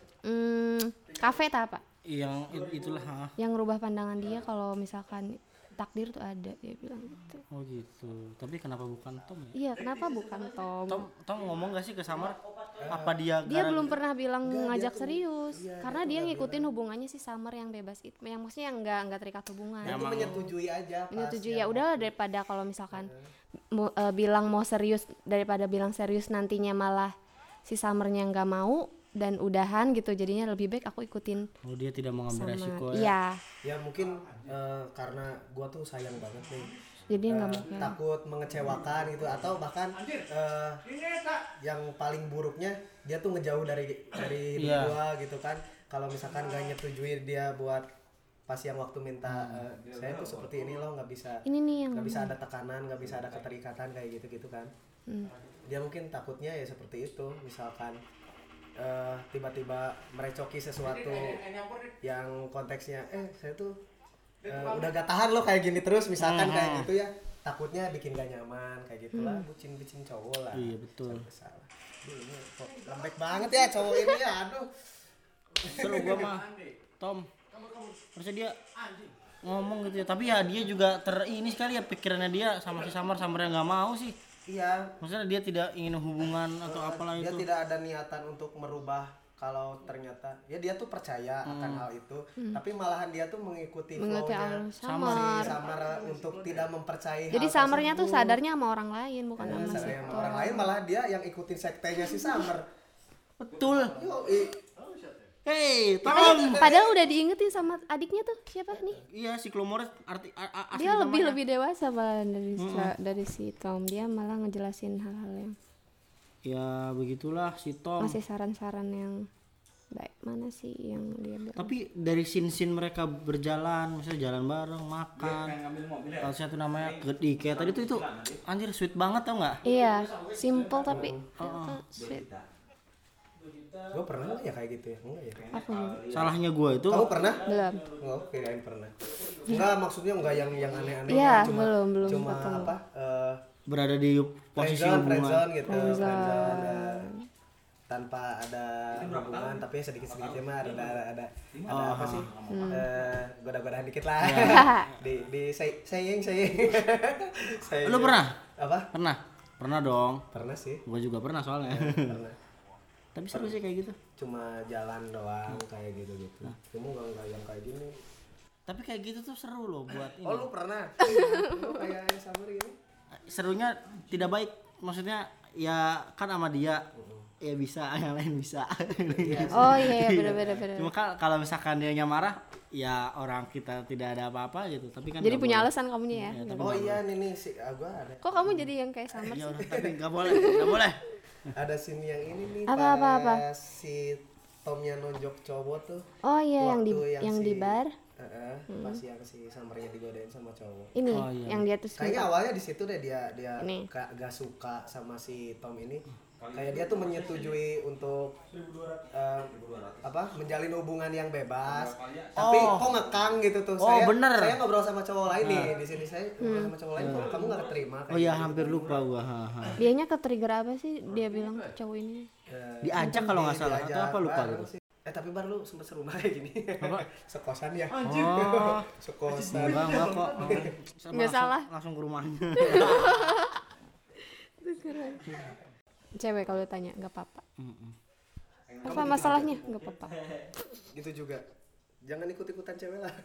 hmm, kafe tak apa? Yang it- itulah. ha. Yang rubah pandangan dia kalau misalkan takdir tuh ada, dia bilang gitu. Oh gitu. Tapi kenapa bukan Tom ya? Iya, kenapa bukan Tom? Tom Tom ngomong gak sih ke Samar? Apa dia Dia gara- belum pernah bilang Enggak, ngajak dia tuh- serius, iya, karena dia dia pernah ngikutin hubungannya si Summer yang bebas itu, yang maksudnya yang nggak nggak terikat hubungan. Dia tuh Emang- menyetujui aja pas Menyetujui yang ya udah daripada kalau misalkan mau, eh, bilang mau serius, daripada bilang serius nantinya malah si Summernya nggak mau dan udahan gitu, jadinya lebih baik aku ikutin Oh dia tidak mau ngambil sama. resiko ya? Iya, ya mungkin eh, karena gua tuh sayang banget nih, jadi eh, nggak mungkin. takut mengecewakan gitu, atau bahkan eh, yang paling buruknya dia tuh ngejauh dari dari hidup Iya. gua gitu kan. Kalau misalkan gak nyetujui dia buat pas yang waktu minta eh, saya tuh seperti ini loh, nggak bisa Ini nih yang nggak bisa ada tekanan, nggak bisa ada keterikatan kayak gitu gitu kan. Hmm. Dia mungkin takutnya ya seperti itu, misalkan eh, tiba-tiba merecoki sesuatu yang konteksnya eh saya tuh eh, udah gak tahan loh kayak gini terus misalkan kayak gitu ya, takutnya bikin gak nyaman kayak gitulah. Bucin-bucin cowok lah. Iya, betul. Salah. Duh, ini kok lembek banget ya cowok ini ya, aduh. Seru gua mah Tom. Harusnya dia ngomong gitu ya, tapi ya dia juga ter ini sekali ya pikirannya dia sama si Samar, Samarnya nggak mau sih. Iya, Maksudnya dia tidak ingin hubungan atau apalah dia itu. tidak ada niatan untuk merubah kalau ternyata ya dia tuh percaya akan hal itu, tapi malahan dia tuh mengikuti Mengikuti flow-nya alur si Summer. Summer untuk tidak mempercayai Jadi hal Summernya tuh tersebut. sadarnya sama orang lain, bukan Nah, sama si sadar sama orang lain, malah dia yang ikutin sektenya si Summer. Betul. Yo, i- Hey, Tom. Padahal udah diingetin sama adiknya tuh siapa nih? Iya si Klomores arti a, a, asli Dia lebih namanya. lebih dewasa malah dari sa- dari si Tom. Dia malah ngejelasin hal-hal yang Ya begitulah si Tom. masih saran-saran yang baik. Mana sih yang dia bilang? Tapi dari scene-scene mereka berjalan, misalnya jalan bareng, makan. Kalau satu namanya ke di kayak tadi tuh itu anjir sweet banget tau nggak? Iya, simple tapi ternyata sweet. gue pernah nggak ya kayak gitu ya? Enggak ya? Aku juga. Salahnya gua itu Kamu pernah? belum. Oh, kirain pernah. Enggak, maksudnya enggak yang yang aneh-aneh. Iya, cuma belum, belum cuma ketemu. apa? eh, berada di posisi friendzone, hubungan. friendzone gitu, Friendzone. friendzone, eh, tanpa ada hubungan, tapi sedikit-sedikitnya mah ada ada ada, ada apa sih? Eh, goda-godaan dikit lah. di di say, saying saying. Saying. Lu pernah? Apa? Pernah? Pernah dong. Pernah sih. Gua juga pernah soalnya. Pernah. Tapi seru sih kayak gitu. Cuma jalan doang kayak gitu-gitu. Cuma enggak enggak yang kayak gini. Tapi kayak gitu tuh seru loh buat ini. Oh, lu pernah? Lu kayak yang Summer ini? Serunya tidak baik, maksudnya ya kan sama dia ya bisa, yang lain bisa. Oh iya, iya benar-benar benar. Cuma kal- kalau misalkan dia marah ya orang kita tidak ada apa-apa gitu, tapi kan Jadi nggak punya boleh. alasan kamunya ya. Ya, tapi Oh nggak iya nih nih si ah, gua ada. Kok kamu jadi yang kayak Summer boleh. Ya sih? udah, tapi nggak boleh, nggak boleh. Ada scene yang ini nih Apa, pas apa, apa? si Tomnya nonjok cowok tuh. Oh iya, yang di Waktu yang di si- bar. Heeh, pas yang si Summernya digodain sama cowok. Ini Oh, iya. yang dia tuh Kayaknya awalnya di situ deh dia dia Ini. gak, gak suka sama si Tom ini. Kayak dia tuh menyetujui untuk eh, apa menjalin hubungan yang bebas. Tapi Oh. kok ngekang gitu tuh. Oh, saya bener. saya ngobrol sama cowok lain nih di sini, saya ngobrol sama cowok lain kok kamu gak keterima kayak Oh iya gitu. hampir lupa gua. Ha, ha. Dianya ke trigger apa sih dia bilang ke cowok ini? Eh, Diajak kalau nggak salah diajak atau apa lupa bareng gitu. sih. Eh tapi baru lu sempet serumah kayak gini. Apa? Sekosan ya. Oh, Sekosan. enggak enggak kok. Sama Nggak langsung- salah. Langsung ke rumahnya. Cewek kalau tanya nggak apa-apa. Mm-mm. Apa masalahnya? Nggak apa-apa. Gitu juga. Jangan ikut-ikutan cewek lah.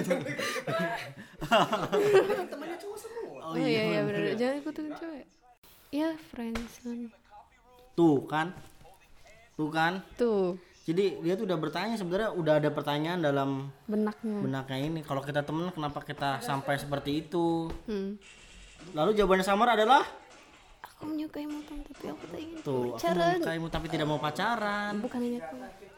Temannya cowok semua. Oh, iya iya benar. Jangan ikutin cewek. Ya friendzone. Tuh kan. Tuh kan. Tuh Jadi dia tuh udah bertanya, sebenarnya udah ada pertanyaan dalam benaknya. benaknya ini. Kalau kita temen kenapa kita sampai seperti itu? Hmm. Lalu jawabannya Samar adalah Aku menyukaimu Tom, tapi aku tak ingin tuh, aku pacaran. menyukaimu tapi tidak mau pacaran. Bukan hanya aku.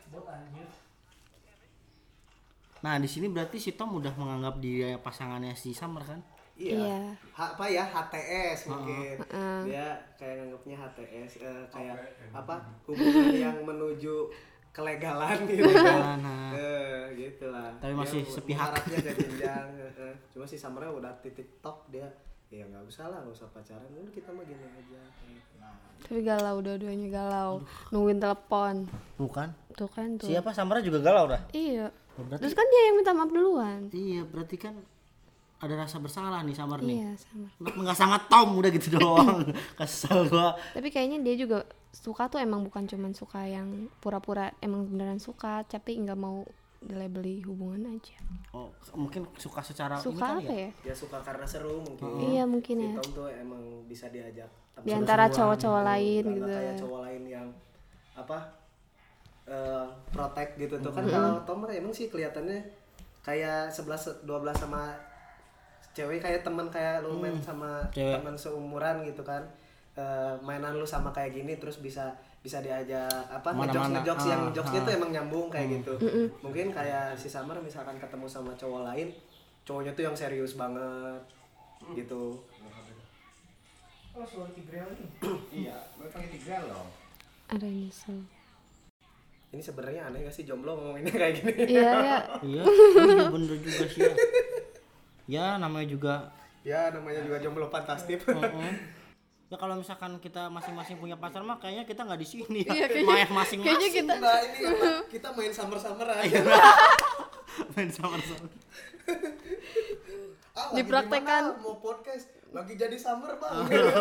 Nah, di sini berarti si Tom udah menganggap dia pasangannya si Samar kan? Iya. Iya. Ha- apa ya H T S mungkin. Heeh. Dia kayak nganggapnya H T S eh, kayak apa? Hubungan yang menuju kelegalan gitu kan. Nah, Eh, gitu lah. Tapi masih Dia sepihak. Harapnya ke jenjang. eh, eh. Cuma si Summernya udah titik top dia. Ya nggak usah lah, nggak usah pacaran. Udah kita mah gini aja. Tapi galau, dua-duanya galau. Nungguin telepon. bukan. Tuh kan tuh. Siapa Samar juga galau dah. Iya. Oh, berarti Terus kan dia yang minta maaf duluan. iya, berarti kan ada rasa bersalah nih Summer nih. Iya, Summer. Kenapa nggak sama Tom udah gitu doang. Kesel gua. Tapi kayaknya dia juga suka tuh emang bukan cuman suka yang pura-pura emang beneran suka, tapi nggak mau dilabeli hubungan aja. Oh, mungkin suka secara ini Suka kali apa ya? ya? Dia suka karena seru mungkin. Iya mungkin Si ya. Tom tuh emang bisa diajak Di antara cowok-cowok lain Karena gitu. kayak cowok lain yang apa eh protect gitu tuh kan. Kalau Tom emang sih kelihatannya kayak sebelas dua belas sama cewek, kayak teman, kayak lu main sama Cewek. teman seumuran gitu kan. Eh, mainan lu sama kayak gini terus bisa bisa diajak apa Mana-mana. ngejokes ngejokes yang Ah, jokesnya ah. tuh emang nyambung kayak gitu. Mungkin kayak si Summer misalkan ketemu sama cowok lain, cowoknya tuh yang serius banget gitu. Oh, suara Tigreal nih. Iya, gue pakai Tigreal loh. Ada yang nyesel. Ini sebenarnya aneh gak sih jomblo ngomonginnya kayak gini? Iya ya. Iya, oh iya bener juga sih ya. Ya namanya juga. Ya namanya juga jomblo fantastis. Heeh. Ya kalau misalkan kita masing-masing punya pacar mah kayaknya kita nggak di sini ya. Iya, kayaknya- Main masing-masing. Kayaknya kita Nah ini apa? Kita main summer-summeran. main sama-sama. Ah, lagi Dipraktekan. di mana? Mau podcast lagi jadi summer bang.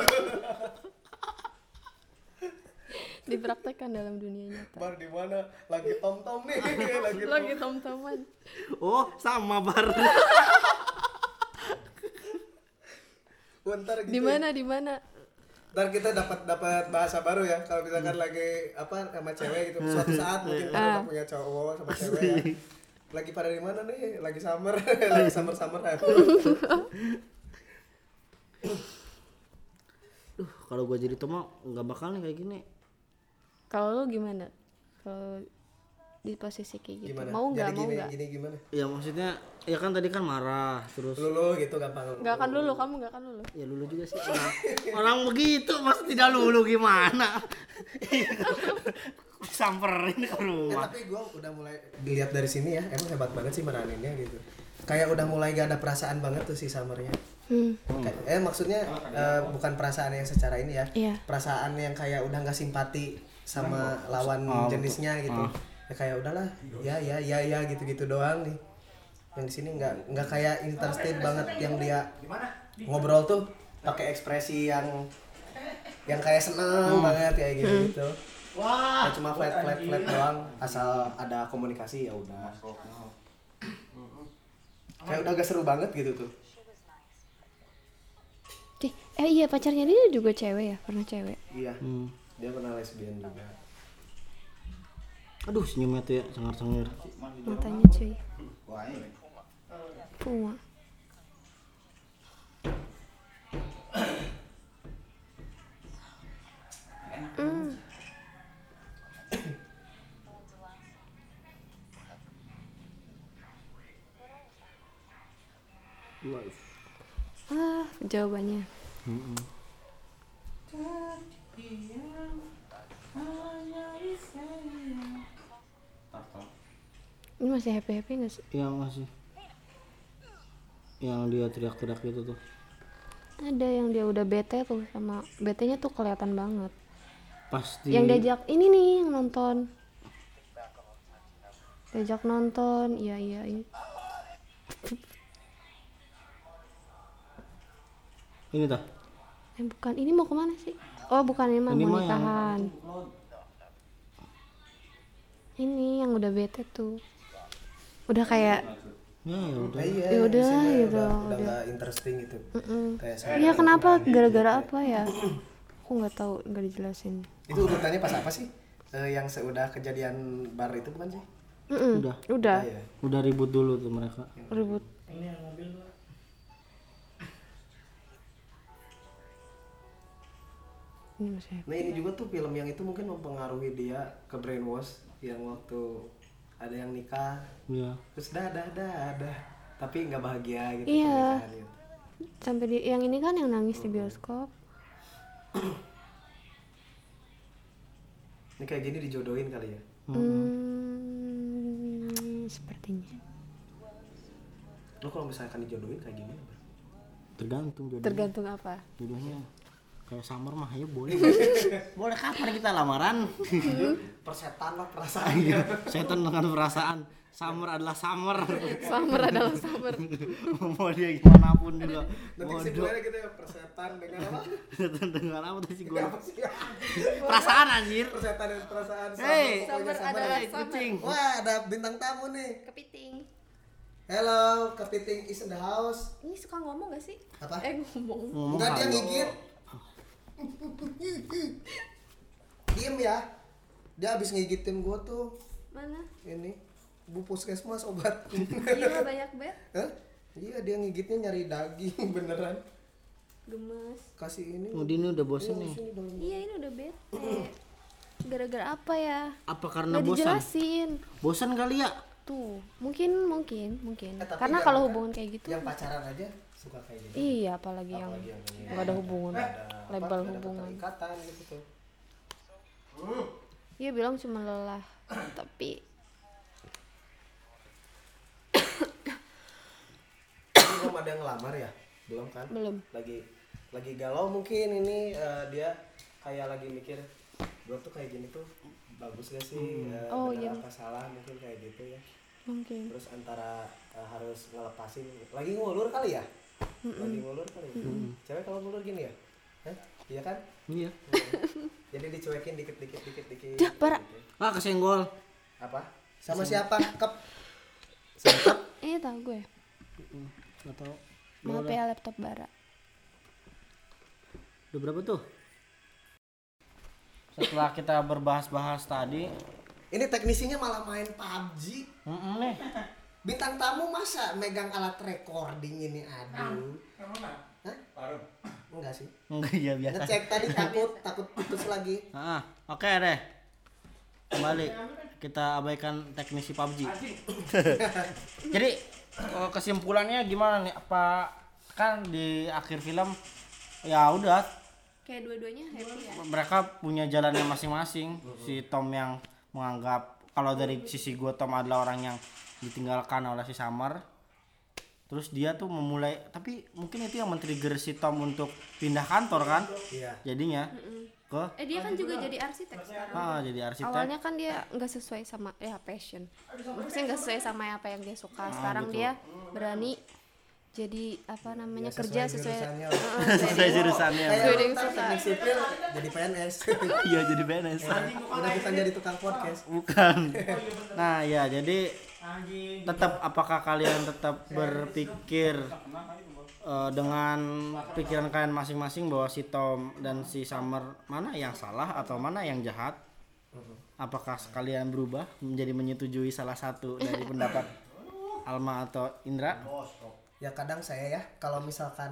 dipraktekkan dalam dunia nyata. Bar di mana? Lagi tom-tom nih. Lagi tom. Lagi tom-toman. Oh sama bar. Bentar gitu. Di mana di mana? Ntar kita dapat dapat bahasa baru ya kalau misalkan lagi apa sama cewek gitu. Suatu saat mungkin kita udah punya cowok sama cewek ya. Lagi pada di mana nih? Lagi summer, lagi summer-summeran. Duh, kalau gua jadi Tom mah nggak bakal nih kayak gini. Kalau lu gimana? Kalau di posisi kayak gitu. Gimana? Mau nggak? Jadi Mau gini, nggak? gini gimana? Ya maksudnya, ya kan tadi kan marah terus. Lulu gitu gampang. Nggak akan lulu, kamu nggak akan lulu. Ya lulu juga sih orang, orang begitu mas tidak lulu gimana? Samperin ke Eh, rumah. tapi gue udah mulai dilihat dari sini ya, emang hebat banget sih meraninnya gitu. Kayak udah mulai gak ada perasaan banget tuh si Summernya. Hmm. Kayak- Eh maksudnya eh, bukan perasaan yang secara ini ya, Iya. perasaan yang kayak udah nggak simpati sama lawan Oh, jenisnya gitu. oh. Ya kayak udahlah, ya ya ya ya gitu-gitu doang nih. Yang di sini nggak nggak kayak interested banget yang dia ngobrol tuh pakai ekspresi yang yang kayak seneng banget kayak gitu gitu. Ya cuma flat flat flat doang, asal ada komunikasi ya udah. Kayak udah gak seru banget gitu tuh. Ih, eh iya pacarnya dia juga cewek ya, pernah cewek. Iya. Hmm. Dia pernah lesbian juga. Aduh senyumnya tuh ya cengar-cengir. Matanya cuy. Puma. Hmm. Ah, jawabannya. Ini masih happy happy nggak sih? Yang masih, yang dia teriak-teriak gitu tuh. Ada yang dia udah bete tuh sama betenya tuh kelihatan banget. Pasti. Yang diajak ini nih yang nonton. Diajak nonton, iya iya ini. Ini dah. Eh bukan, ini mau kemana sih? Oh bukan, ini mah Ini mau mah yang- nikahan. Ini yang udah bete tuh. Udah kayak Ya ya udah. Nah, iya, Ya udah, di sini gitu, Udah, udah udah. gak interesting gitu. Kayak saya. iya kenapa? Gara-gara apa ya? Aku nggak tahu, nggak dijelasin. Itu urutannya pas apa sih? Eh, yang seudah kejadian bar itu bukan sih? Mm-mm. Udah. Udah Iya. Udah ribut dulu tuh mereka. ribut. Ini masih happy. Nah ini juga tuh film yang itu mungkin mempengaruhi dia ke brainwash yang waktu ada yang nikah Iya. terus dah dah dah dah tapi nggak bahagia gitu Iya. pernikahan gitu. Sampai di yang ini kan yang nangis di bioskop. Ini kayak gini dijodohin kali ya. Hmm, sepertinya. Lo kalau misalkan dijodohin kayak gini apa? Tergantung jodohnya. Tergantung apa? Jodohnya kayak Summer mah ya boleh. Boleh kapan kita lamaran? Persetan lah perasaannya. Setan dengan perasaan. Summer adalah summer. Summer adalah summer. Mau dia gimana pun juga. Nanti Bodoh. kesimpulannya gitu ya, persetan dengan apa? Dengan apa tadi gue? Apa sih? Perasaan anjir. Persetan dan perasaan. Hey, pokoknya Summer summer. adalah Hey, summer. kucing. Wah, ada bintang tamu nih. Kepiting. Hello, Kepiting is in the house. Ini suka ngomong gak sih? Apa? Eh ngomong. Ngomong Enggak, dia halo. ngigit. Diem ya. Dia habis ngigitin gua tuh. Mana? Ini Bu Puskesmas obat. Iya banyak banget. Hah? Iya, dia ngigitnya nyari daging beneran. Gemes. Kasih ini. Oh, dia ini udah bosen nih. Sini dong. Iya ini udah bete. Gara-gara apa ya? Apa karena Nggak bosan? dijelasin. Bosan kali ya? Tuh, mungkin mungkin mungkin. Eh, tapi Karena jangan kalau kan, hubungan kayak gitu. Yang pacaran aja suka kayak gitu. Iya, apalagi yang Apalagi yang ini. nggak ada hubungan, Nggak ada label apa, nggak ada hubungan. keterikatan gitu tuh. Iya bilang cuma lelah, tapi Ini belum ada yang ngelamar ya? Belum kan? belum. Lagi lagi galau mungkin ini eh, dia kayak lagi mikir gua tuh kayak gini tuh bagus gak sih? Eh, Oh, bener iya. apa salah mungkin kayak gitu ya. Mungkin. Terus antara eh, harus ngelepasin lagi ngulur kali ya? Lagi ngulur kali. Ya? Cewek kalau ngulur gini ya? Hah? Iya kan? Iya. Jadi dicuekin dikit-dikit dikit-dikit. Dah, parah. gitu. Ah, kesenggol. Apa? Sama siapa? Kep. Sama Eh tahu gue. Gak tau. Maaf ya laptop bara. Udah berapa tuh? Setelah kita berbahas-bahas tadi, Ini teknisinya malah main P U B G. mm nih. Bintang tamu masa megang alat recording ini, aduh. Hah? Enggak sih. Enggak ya biasa. Ngecek tadi takut takut putus lagi. Ah, oke deh. Kembali kita abaikan teknisi P U B G. Jadi eh, kesimpulannya gimana nih? Apa kan di akhir film ya udah Kayak dua-duanya happy ya. mereka punya jalannya masing-masing. Si Tom yang menganggap kalau dari sisi gue Tom adalah orang yang ditinggalkan oleh si Summer. Terus dia tuh memulai, tapi mungkin itu yang men-trigger si Tom untuk pindah kantor kan? Iya. Jadinya ke Eh dia kan juga jadi arsitek sekarang. ah jadi arsitek. Awalnya kan dia nggak sesuai sama ya passion. Maksudnya nggak sesuai sama apa yang dia suka. Sekarang gitu. dia berani jadi apa namanya Ya, kerja sesuai sesuai jurusannya. Heeh, Sesuai jurusannya. Kayak Sesuai lu dengan ntar suka. teknik sipil jadi P N S. Iya jadi B N S. Udah bukan jadi tukang podcast. Bukan. Nah ya jadi tetap apakah kalian tetap berpikir eh, dengan pikiran kalian masing-masing bahwa si Tom dan si Summer mana yang salah atau mana yang jahat? Apakah kalian berubah menjadi menyetujui salah satu dari pendapat Alma atau Indra? Ya kadang saya ya kalau misalkan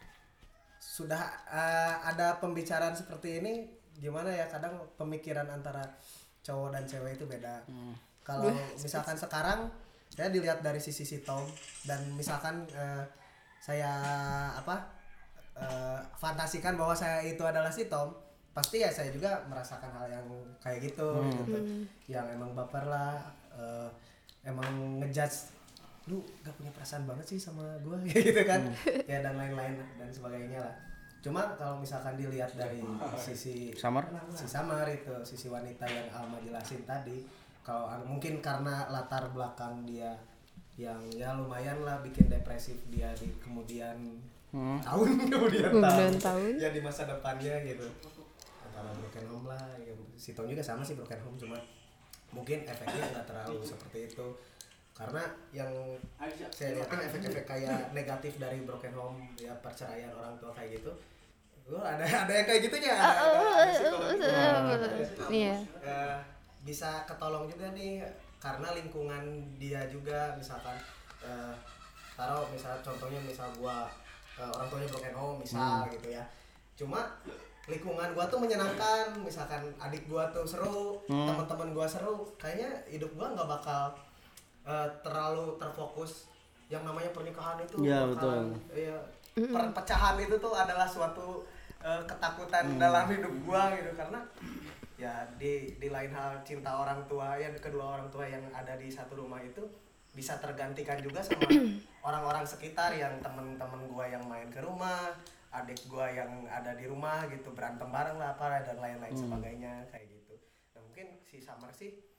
sudah eh, ada pembicaraan seperti ini gimana ya, kadang pemikiran antara cowok dan cewek itu beda. Kalau misalkan sekarang saya dilihat dari sisi si Tom dan misalkan eh, saya apa eh, fantasikan bahwa saya itu adalah si Tom, pasti ya saya juga merasakan hal yang kayak gitu, gitu. Yang emang baper lah, eh, emang ngejudge lu gak punya perasaan banget sih sama gue gitu kan, ya dan lain-lain dan sebagainya lah. Cuma kalau misalkan dilihat dari sisi Summer? si Summer itu, sisi wanita yang Alma jelasin tadi, kalau mungkin karena latar belakang dia yang ya lumayan lah bikin depresif dia di kemudian Hmm. tahun kemudian Kemudian tahun, tahun. ya di masa depannya gitu, antara broken home lah gitu. Si Tom juga sama sih broken home, cuma mungkin efeknya nggak terlalu seperti itu. Karena yang saya lihat kan efek-efek kayak negatif dari broken home, ya perceraian orang tua kayak gitu, gue ada ada yang kayak gitunya, ada, ada, ada psikologi. Iya. Eh, bisa ketolong juga nih karena lingkungan dia juga, misalkan eh, taruh misal contohnya misal gua eh, orang tuanya broken home misal gitu ya, cuma lingkungan gua tuh menyenangkan, misalkan adik gua tuh seru, teman-teman gua seru, kayaknya hidup gua nggak bakal Uh, terlalu terfokus yang namanya pernikahan itu. Ya, bakalan, betul. ya, perpecahan itu tuh adalah suatu uh, ketakutan dalam hidup gua gitu, karena ya di di lain hal cinta orang tua ya, kedua orang tua yang ada di satu rumah itu bisa tergantikan juga sama orang-orang sekitar, yang temen-temen gua yang main ke rumah, adik gua yang ada di rumah gitu, berantem bareng lah apa dan lain-lain sebagainya kayak gitu. Nah mungkin si Summer sih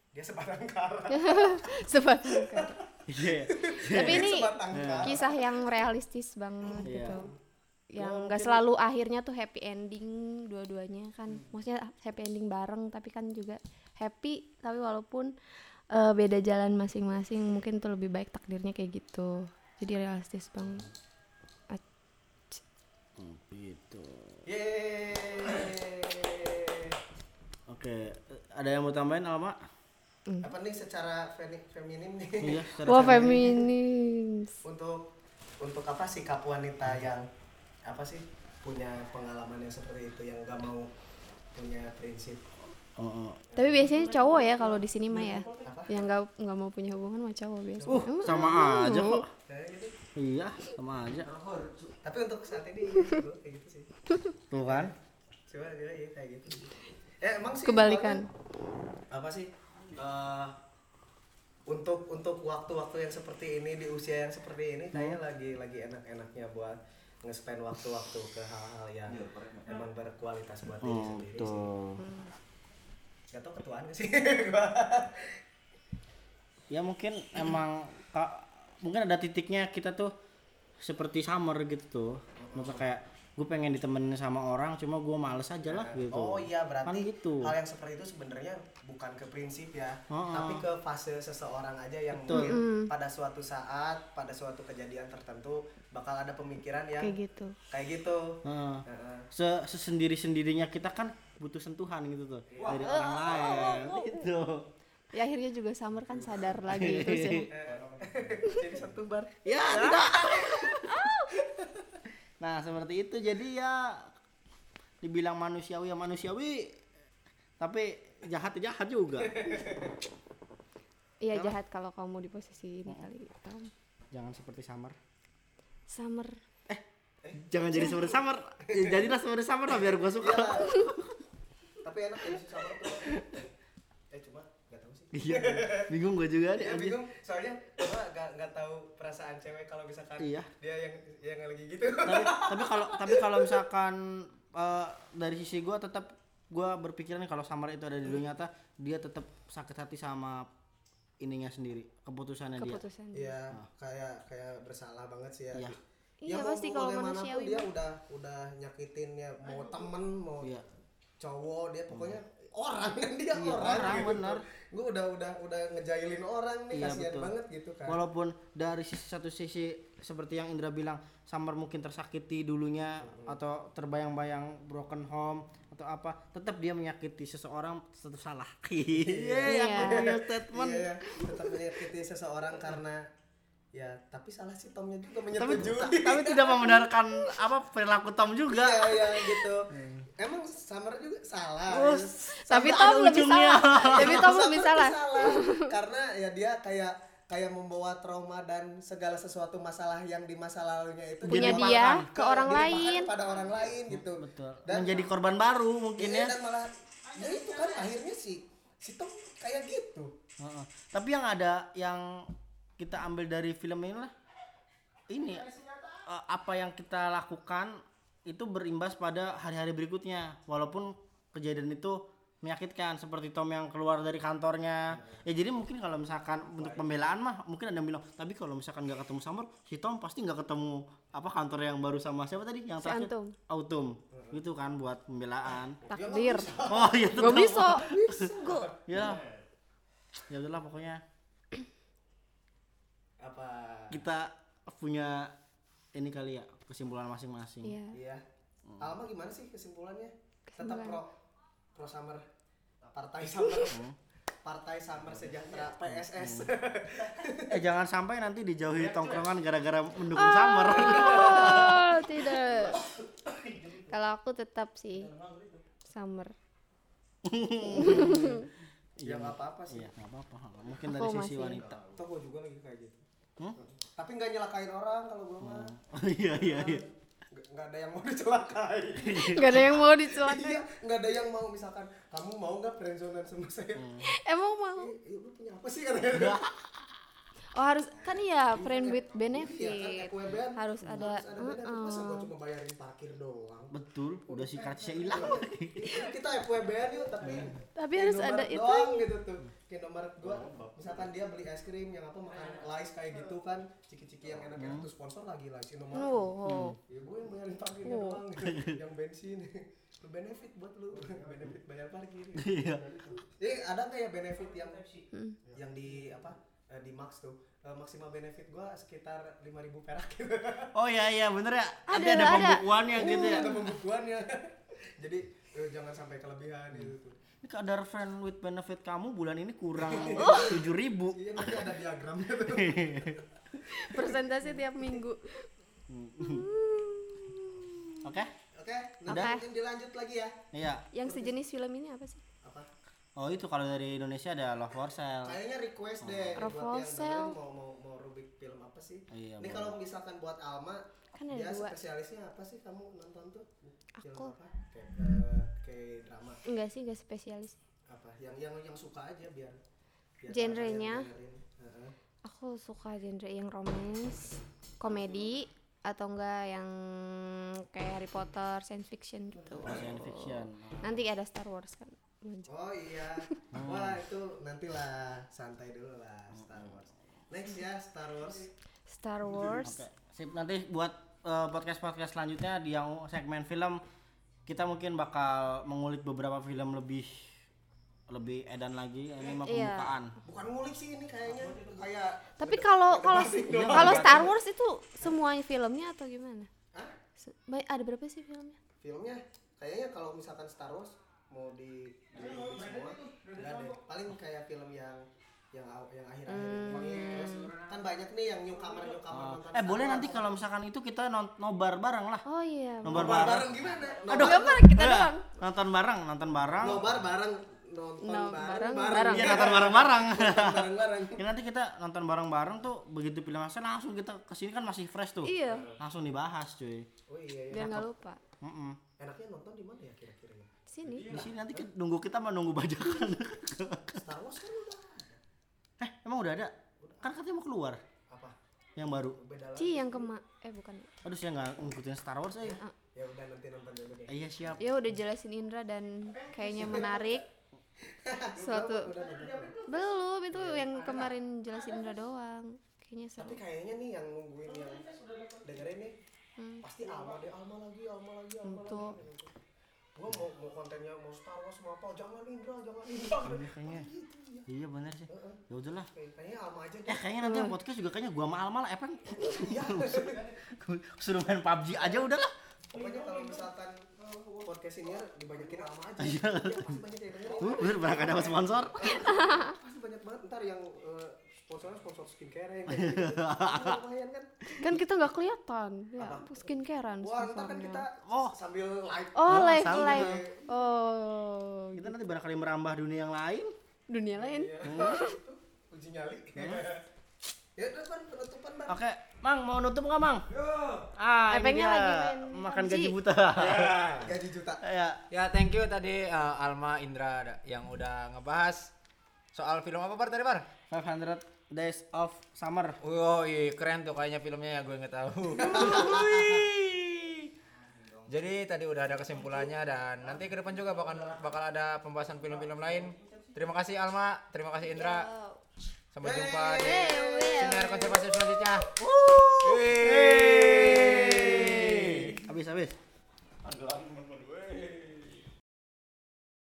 dia sebatang kara. Sebatang kara. Iya. Tapi ini Sebatang kara. kisah yang realistis banget Iya. gitu. Yang nggak selalu akhirnya tuh happy ending dua-duanya kan. Maksudnya happy ending bareng tapi kan juga happy tapi walaupun uh, beda jalan masing-masing mungkin tuh lebih baik takdirnya kayak gitu. Jadi realistis banget. Gitu. Yeay. Oke, ada yang mau tambahin Alma? Apa nih secara femi- feminim nih? Iya, secara Wah feminim. feminis. untuk untuk apa sikap wanita yang apa sih punya pengalaman yang seperti itu yang gak mau punya prinsip. Oh, oh. Tapi biasanya cowok ya kalau di sini mah ya. Apa? Yang nggak nggak mau punya hubungan mah cowok biasa. Uh, Emang? sama aja kok. Kayak gitu. Iya, sama aja. Tapi untuk saat ini gue kayak gitu sih. Tuh kan? Coba ya, ya kayak gitu. Eh emang sih Kebalikan. soalnya apa sih eh, untuk untuk waktu-waktu yang seperti ini di usia yang seperti ini kayaknya lagi lagi enak-enaknya buat nge-spend waktu-waktu ke hal-hal yang emang berkualitas buat diri Oh, sendiri sih. tuh. Gak tau ketuaan gak sih? Ya mungkin emang kak, mungkin ada titiknya kita tuh seperti Summer gitu tuh. Maksudnya kayak gue pengen ditemenin sama orang cuma gue males aja lah gitu. Oh iya berarti kan gitu. hal yang seperti itu sebenarnya bukan ke prinsip ya, Oh, tapi oh. ke fase seseorang aja yang Betul. mungkin pada suatu saat, pada suatu kejadian tertentu bakal ada pemikiran yang Kayak gitu. kayak gitu. Heeh. Heeh. Se sesendiri-sendirinya kita kan butuh sentuhan gitu tuh dari orang lain gitu. Ya akhirnya juga Summer kan sadar lagi terus ya. Jadi satu bar. Ya, tidak. Nah, seperti itu jadi ya dibilang manusiawi ya manusiawi tapi jahat ya jahat juga. Iya jahat kalau kamu di posisi ini kali. Tom. Jangan seperti Summer. Summer. Jangan jadi seperti Summer. Ya, jadilah seperti Summer lah biar gua suka. Tapi enak jadi sama tuh. Eh cuma nggak tahu sih. Iya. Bingung gua juga nih Ya, anjir. bingung soalnya gua nggak nggak tahu perasaan cewek kalau misalkan Iya. dia yang yang lagi gitu. Tapi tapi kalau tapi kalau misalkan eh, dari sisi gua tetap gua berpikiran kalau Summer itu ada di dunia nyata, dia tetap sakit hati sama ininya sendiri, keputusannya dia. Keputusan. Iya, kayak kayak bersalah banget sih ya. Iya. Iya mau- pasti mau kalau bagaimanapun manusiawi dia mah. udah udah nyakitin ya mau temen mau Iya. cowok dia pokoknya orang kan dia Iya, orang, orang, gitu. bener. Gue udah udah udah ngejailin orang nih Iya, kasihan betul. banget gitu kan. Walaupun dari sisi satu sisi seperti yang Indra bilang, Summer mungkin tersakiti dulunya atau terbayang-bayang broken home atau apa, tetap dia menyakiti seseorang tetap salah. Iya, Iya. aku punya statement. Iya, tetap menyakiti seseorang karena ya tapi salah si Tomnya juga Tapi, menyetujui. tapi tidak membenarkan apa perilaku Tom juga. Iya, iya gitu. Emang Summer juga salah. Oh, gitu. Tapi Sampai Tom ada lebih ujungnya. salah. Tapi Tom Summer lebih tuh salah. Karena ya dia kayak kayak membawa trauma dan segala sesuatu masalah yang di masa lalunya itu Punya dilemparkan dia ke- ke orang dilimpahkan lain. kepada orang lain gitu. Betul. Dan Menjadi korban baru mungkin iya, ya. dan malah ya itu kan akhirnya si si Tom kayak gitu. Heeh. Tapi yang ada yang kita ambil dari film ini lah, ini eh, apa yang kita lakukan itu berimbas pada hari-hari berikutnya, walaupun kejadian itu menyakitkan seperti Tom yang keluar dari kantornya. Ya jadi mungkin kalau misalkan untuk pembelaan mah mungkin ada yang bilang, tapi kalau misalkan nggak ketemu Summer, si Tom pasti nggak ketemu apa kantor yang baru sama siapa tadi yang Si terakhir Antum. Autumn gitu kan buat pembelaan. Takdir. Oh iya Gak tetap. bisa. Ya ya udahlah pokoknya Apa kita punya ini kali ya kesimpulan masing-masing. Iya. iya. Alma gimana sih kesimpulannya? Tetap Kesimpulan. pro pro Summer. Partai Summer. Partai Summer Sejahtera P S S. Eh jangan sampai nanti dijauhi tongkrongan gara-gara mendukung Summer. Oh, tidak. Kalau aku tetap sih Summer. Ya nggak apa-apa sih. Iya, nggak apa-apa. Mungkin Aku dari sisi masih- wanita. Toh gue juga lagi kayak gitu. Hmm? Tapi nggak nyelakain orang kalau gue mah. Oh, iya iya iya. Nggak nggak ada yang mau dicelakai. Gak ada yang mau dicelakai. Iya, nggak ada yang mau misalkan kamu mau nggak friendzonean sama saya? Emang mau? Eh, lu punya apa sih katanya? Oh harus kan iya friend with Iya kan benefit. F W B-an Harus ada harus ada benefit. Masa uh-uh. gua cuma bayarin parkir doang. Betul, udah si karcisnya hilang. Kita F W B-an yuk tapi Tapi harus ada Indomaret itu. doang gitu tuh. Ke Indomaret gua misalkan dia beli es krim yang apa makan Lays kayak gitu kan, ciki-ciki yang enak-enak tuh sponsor lagi Lays Indomaret. Oh, oh. Ya gue yang bayarin parkirnya Oh. doang gitu. Yang bensin. Lu benefit buat lu, benefit bayar parkir. Iya. Jadi ada nggak ya benefit yang Hmm. yang di apa eh, di Max tuh eh, maksimal benefit gua sekitar lima ribu perak gitu. Oh iya iya bener ya. Ada, Ada ada ada. pembukuannya gitu ya. Ada pembukuannya. Jadi eh, jangan sampai kelebihan gitu tuh. Ini kadar friend with benefit kamu bulan ini kurang tujuh ribu. Iya nanti ada diagramnya tuh. Presentasi tiap minggu. Oke? Oke, nanti Oke. mungkin dilanjut lagi ya. Iya. Yang sejenis film ini apa sih? Apa? Oh itu kalau dari Indonesia ada Love for Sale. Kayaknya request deh Love buat for yang Sale. dengerin mau mau mau rubik film apa sih? Iya, Ini boleh. kalau misalkan buat Alma Kan ada dia dua. spesialisnya apa sih kamu nonton tuh? Film Aku. apa? Kayak eh, kayak drama Enggak sih, enggak spesialis. apa? Yang yang yang suka aja biar biar Genrenya? kalian dengerin. Heeh. Aku suka genre yang romance, komedi, atau enggak yang kayak Harry Potter, science fiction gitu. Science fiction. Nanti ada Star Wars kan. Oh iya. Wah, itu nantilah santai dulu lah Star Wars. Next ya Star Wars. Star Wars. Oke. Sip, nanti buat eh, podcast-podcast selanjutnya di yang segmen film kita mungkin bakal mengulik beberapa film lebih lebih edan lagi. Ini mah Iya. pembukaan. Bukan ngulik sih ini kayaknya kayak Tapi kalau kalau doang. kalau Star Wars itu semuanya filmnya atau gimana? Hah? Se- ba- Ada berapa sih filmnya? Filmnya kayaknya kalau misalkan Star Wars mau di di semua enggak deh. Paling kayak film yang yang aw- yang akhir-akhir ini terus kan banyak nih yang newcomer newcomer Oh. nonton Eh Star boleh Wars. nanti kalau misalkan itu kita non- nobar bareng lah. Oh iya. Nobar Nobar bareng. bareng gimana? Aduh, Nobar, kita Eh, doang. Nonton bareng, nonton bareng. nobar bareng nonton No, bareng bareng, bareng. bareng. Iya nonton bareng-bareng. bareng bareng. Ya nanti kita nonton bareng-bareng tuh begitu film selesai langsung kita kesini kan masih fresh tuh. Iya. Langsung dibahas cuy. Oh iya iya. Biar nggak lupa. Mm-mm. Enaknya nonton di mana ya kira-kira ya? Sini. Di sini nanti kita- nunggu kita menunggu bajakan. Star Wars kan udah ada. Eh emang udah ada? Kan katanya mau keluar Apa? yang baru. Beda lagi. Ci yang kema eh bukan. Aduh saya nggak ngikutin Star Wars aja. Ya udah nanti nonton dulu deh. Eh, iya siap. Ya udah jelasin Indra dan kayaknya menarik. Suatu Udah nonton. belum itu yang kemarin jelasin Indra doang. Kayaknya seru. Tapi kayaknya nih yang nungguin yang dengerin nih Hmm. pasti Alma deh, Alma lagi, Alma lagi, Alma Untuk. lagi. Gua mau mau kontennya mau Star Wars mau apa, jangan Indra, jangan Indra. Iya kayaknya. Iya bener sih. Ya udahlah. Kayak- Kayaknya Alma aja Eh deh. kayaknya nanti yang podcast juga kayaknya gua mal mal Epeng. Iya. Suruh main P U B G aja udahlah. Pokoknya kalau misalkan podcast ini ya dibanyakin Alma aja. Iya. Iya, pasti banyak yang dengerin. Uh, bener berangkat dapat sponsor. Pasti banyak banget ntar yang eh, sponsornya sponsor skincare yang kayak gitu. Lumayan kan. Kan kita nggak kelihatan. Ya, skincarean Wah, ntar kan kita sponsornya. Oh. sambil live. Oh, live sambil. live. Oh. Kita nanti barangkali merambah dunia yang lain. Dunia lain. Iya, itu uji nyali. Ya udah kan penutupan Bang. Oke, Mang mau nutup nggak Mang? Ah, ini Epengnya dia. lagi main Makan P U B G. gaji buta. Gaji juta. Ya, Ya thank you tadi uh, Alma Indra ada- yang udah ngebahas soal film apa Bar tadi Bar? five hundred Days of Summer. Oh iya keren tuh kayaknya filmnya ya gue nggak tahu. Jadi tadi udah ada kesimpulannya dan nanti ke depan juga bakal bakal ada pembahasan film-film lain. Terima kasih Alma, terima kasih Indra. Sampai jumpa di siniar konservasi selanjutnya. Wih.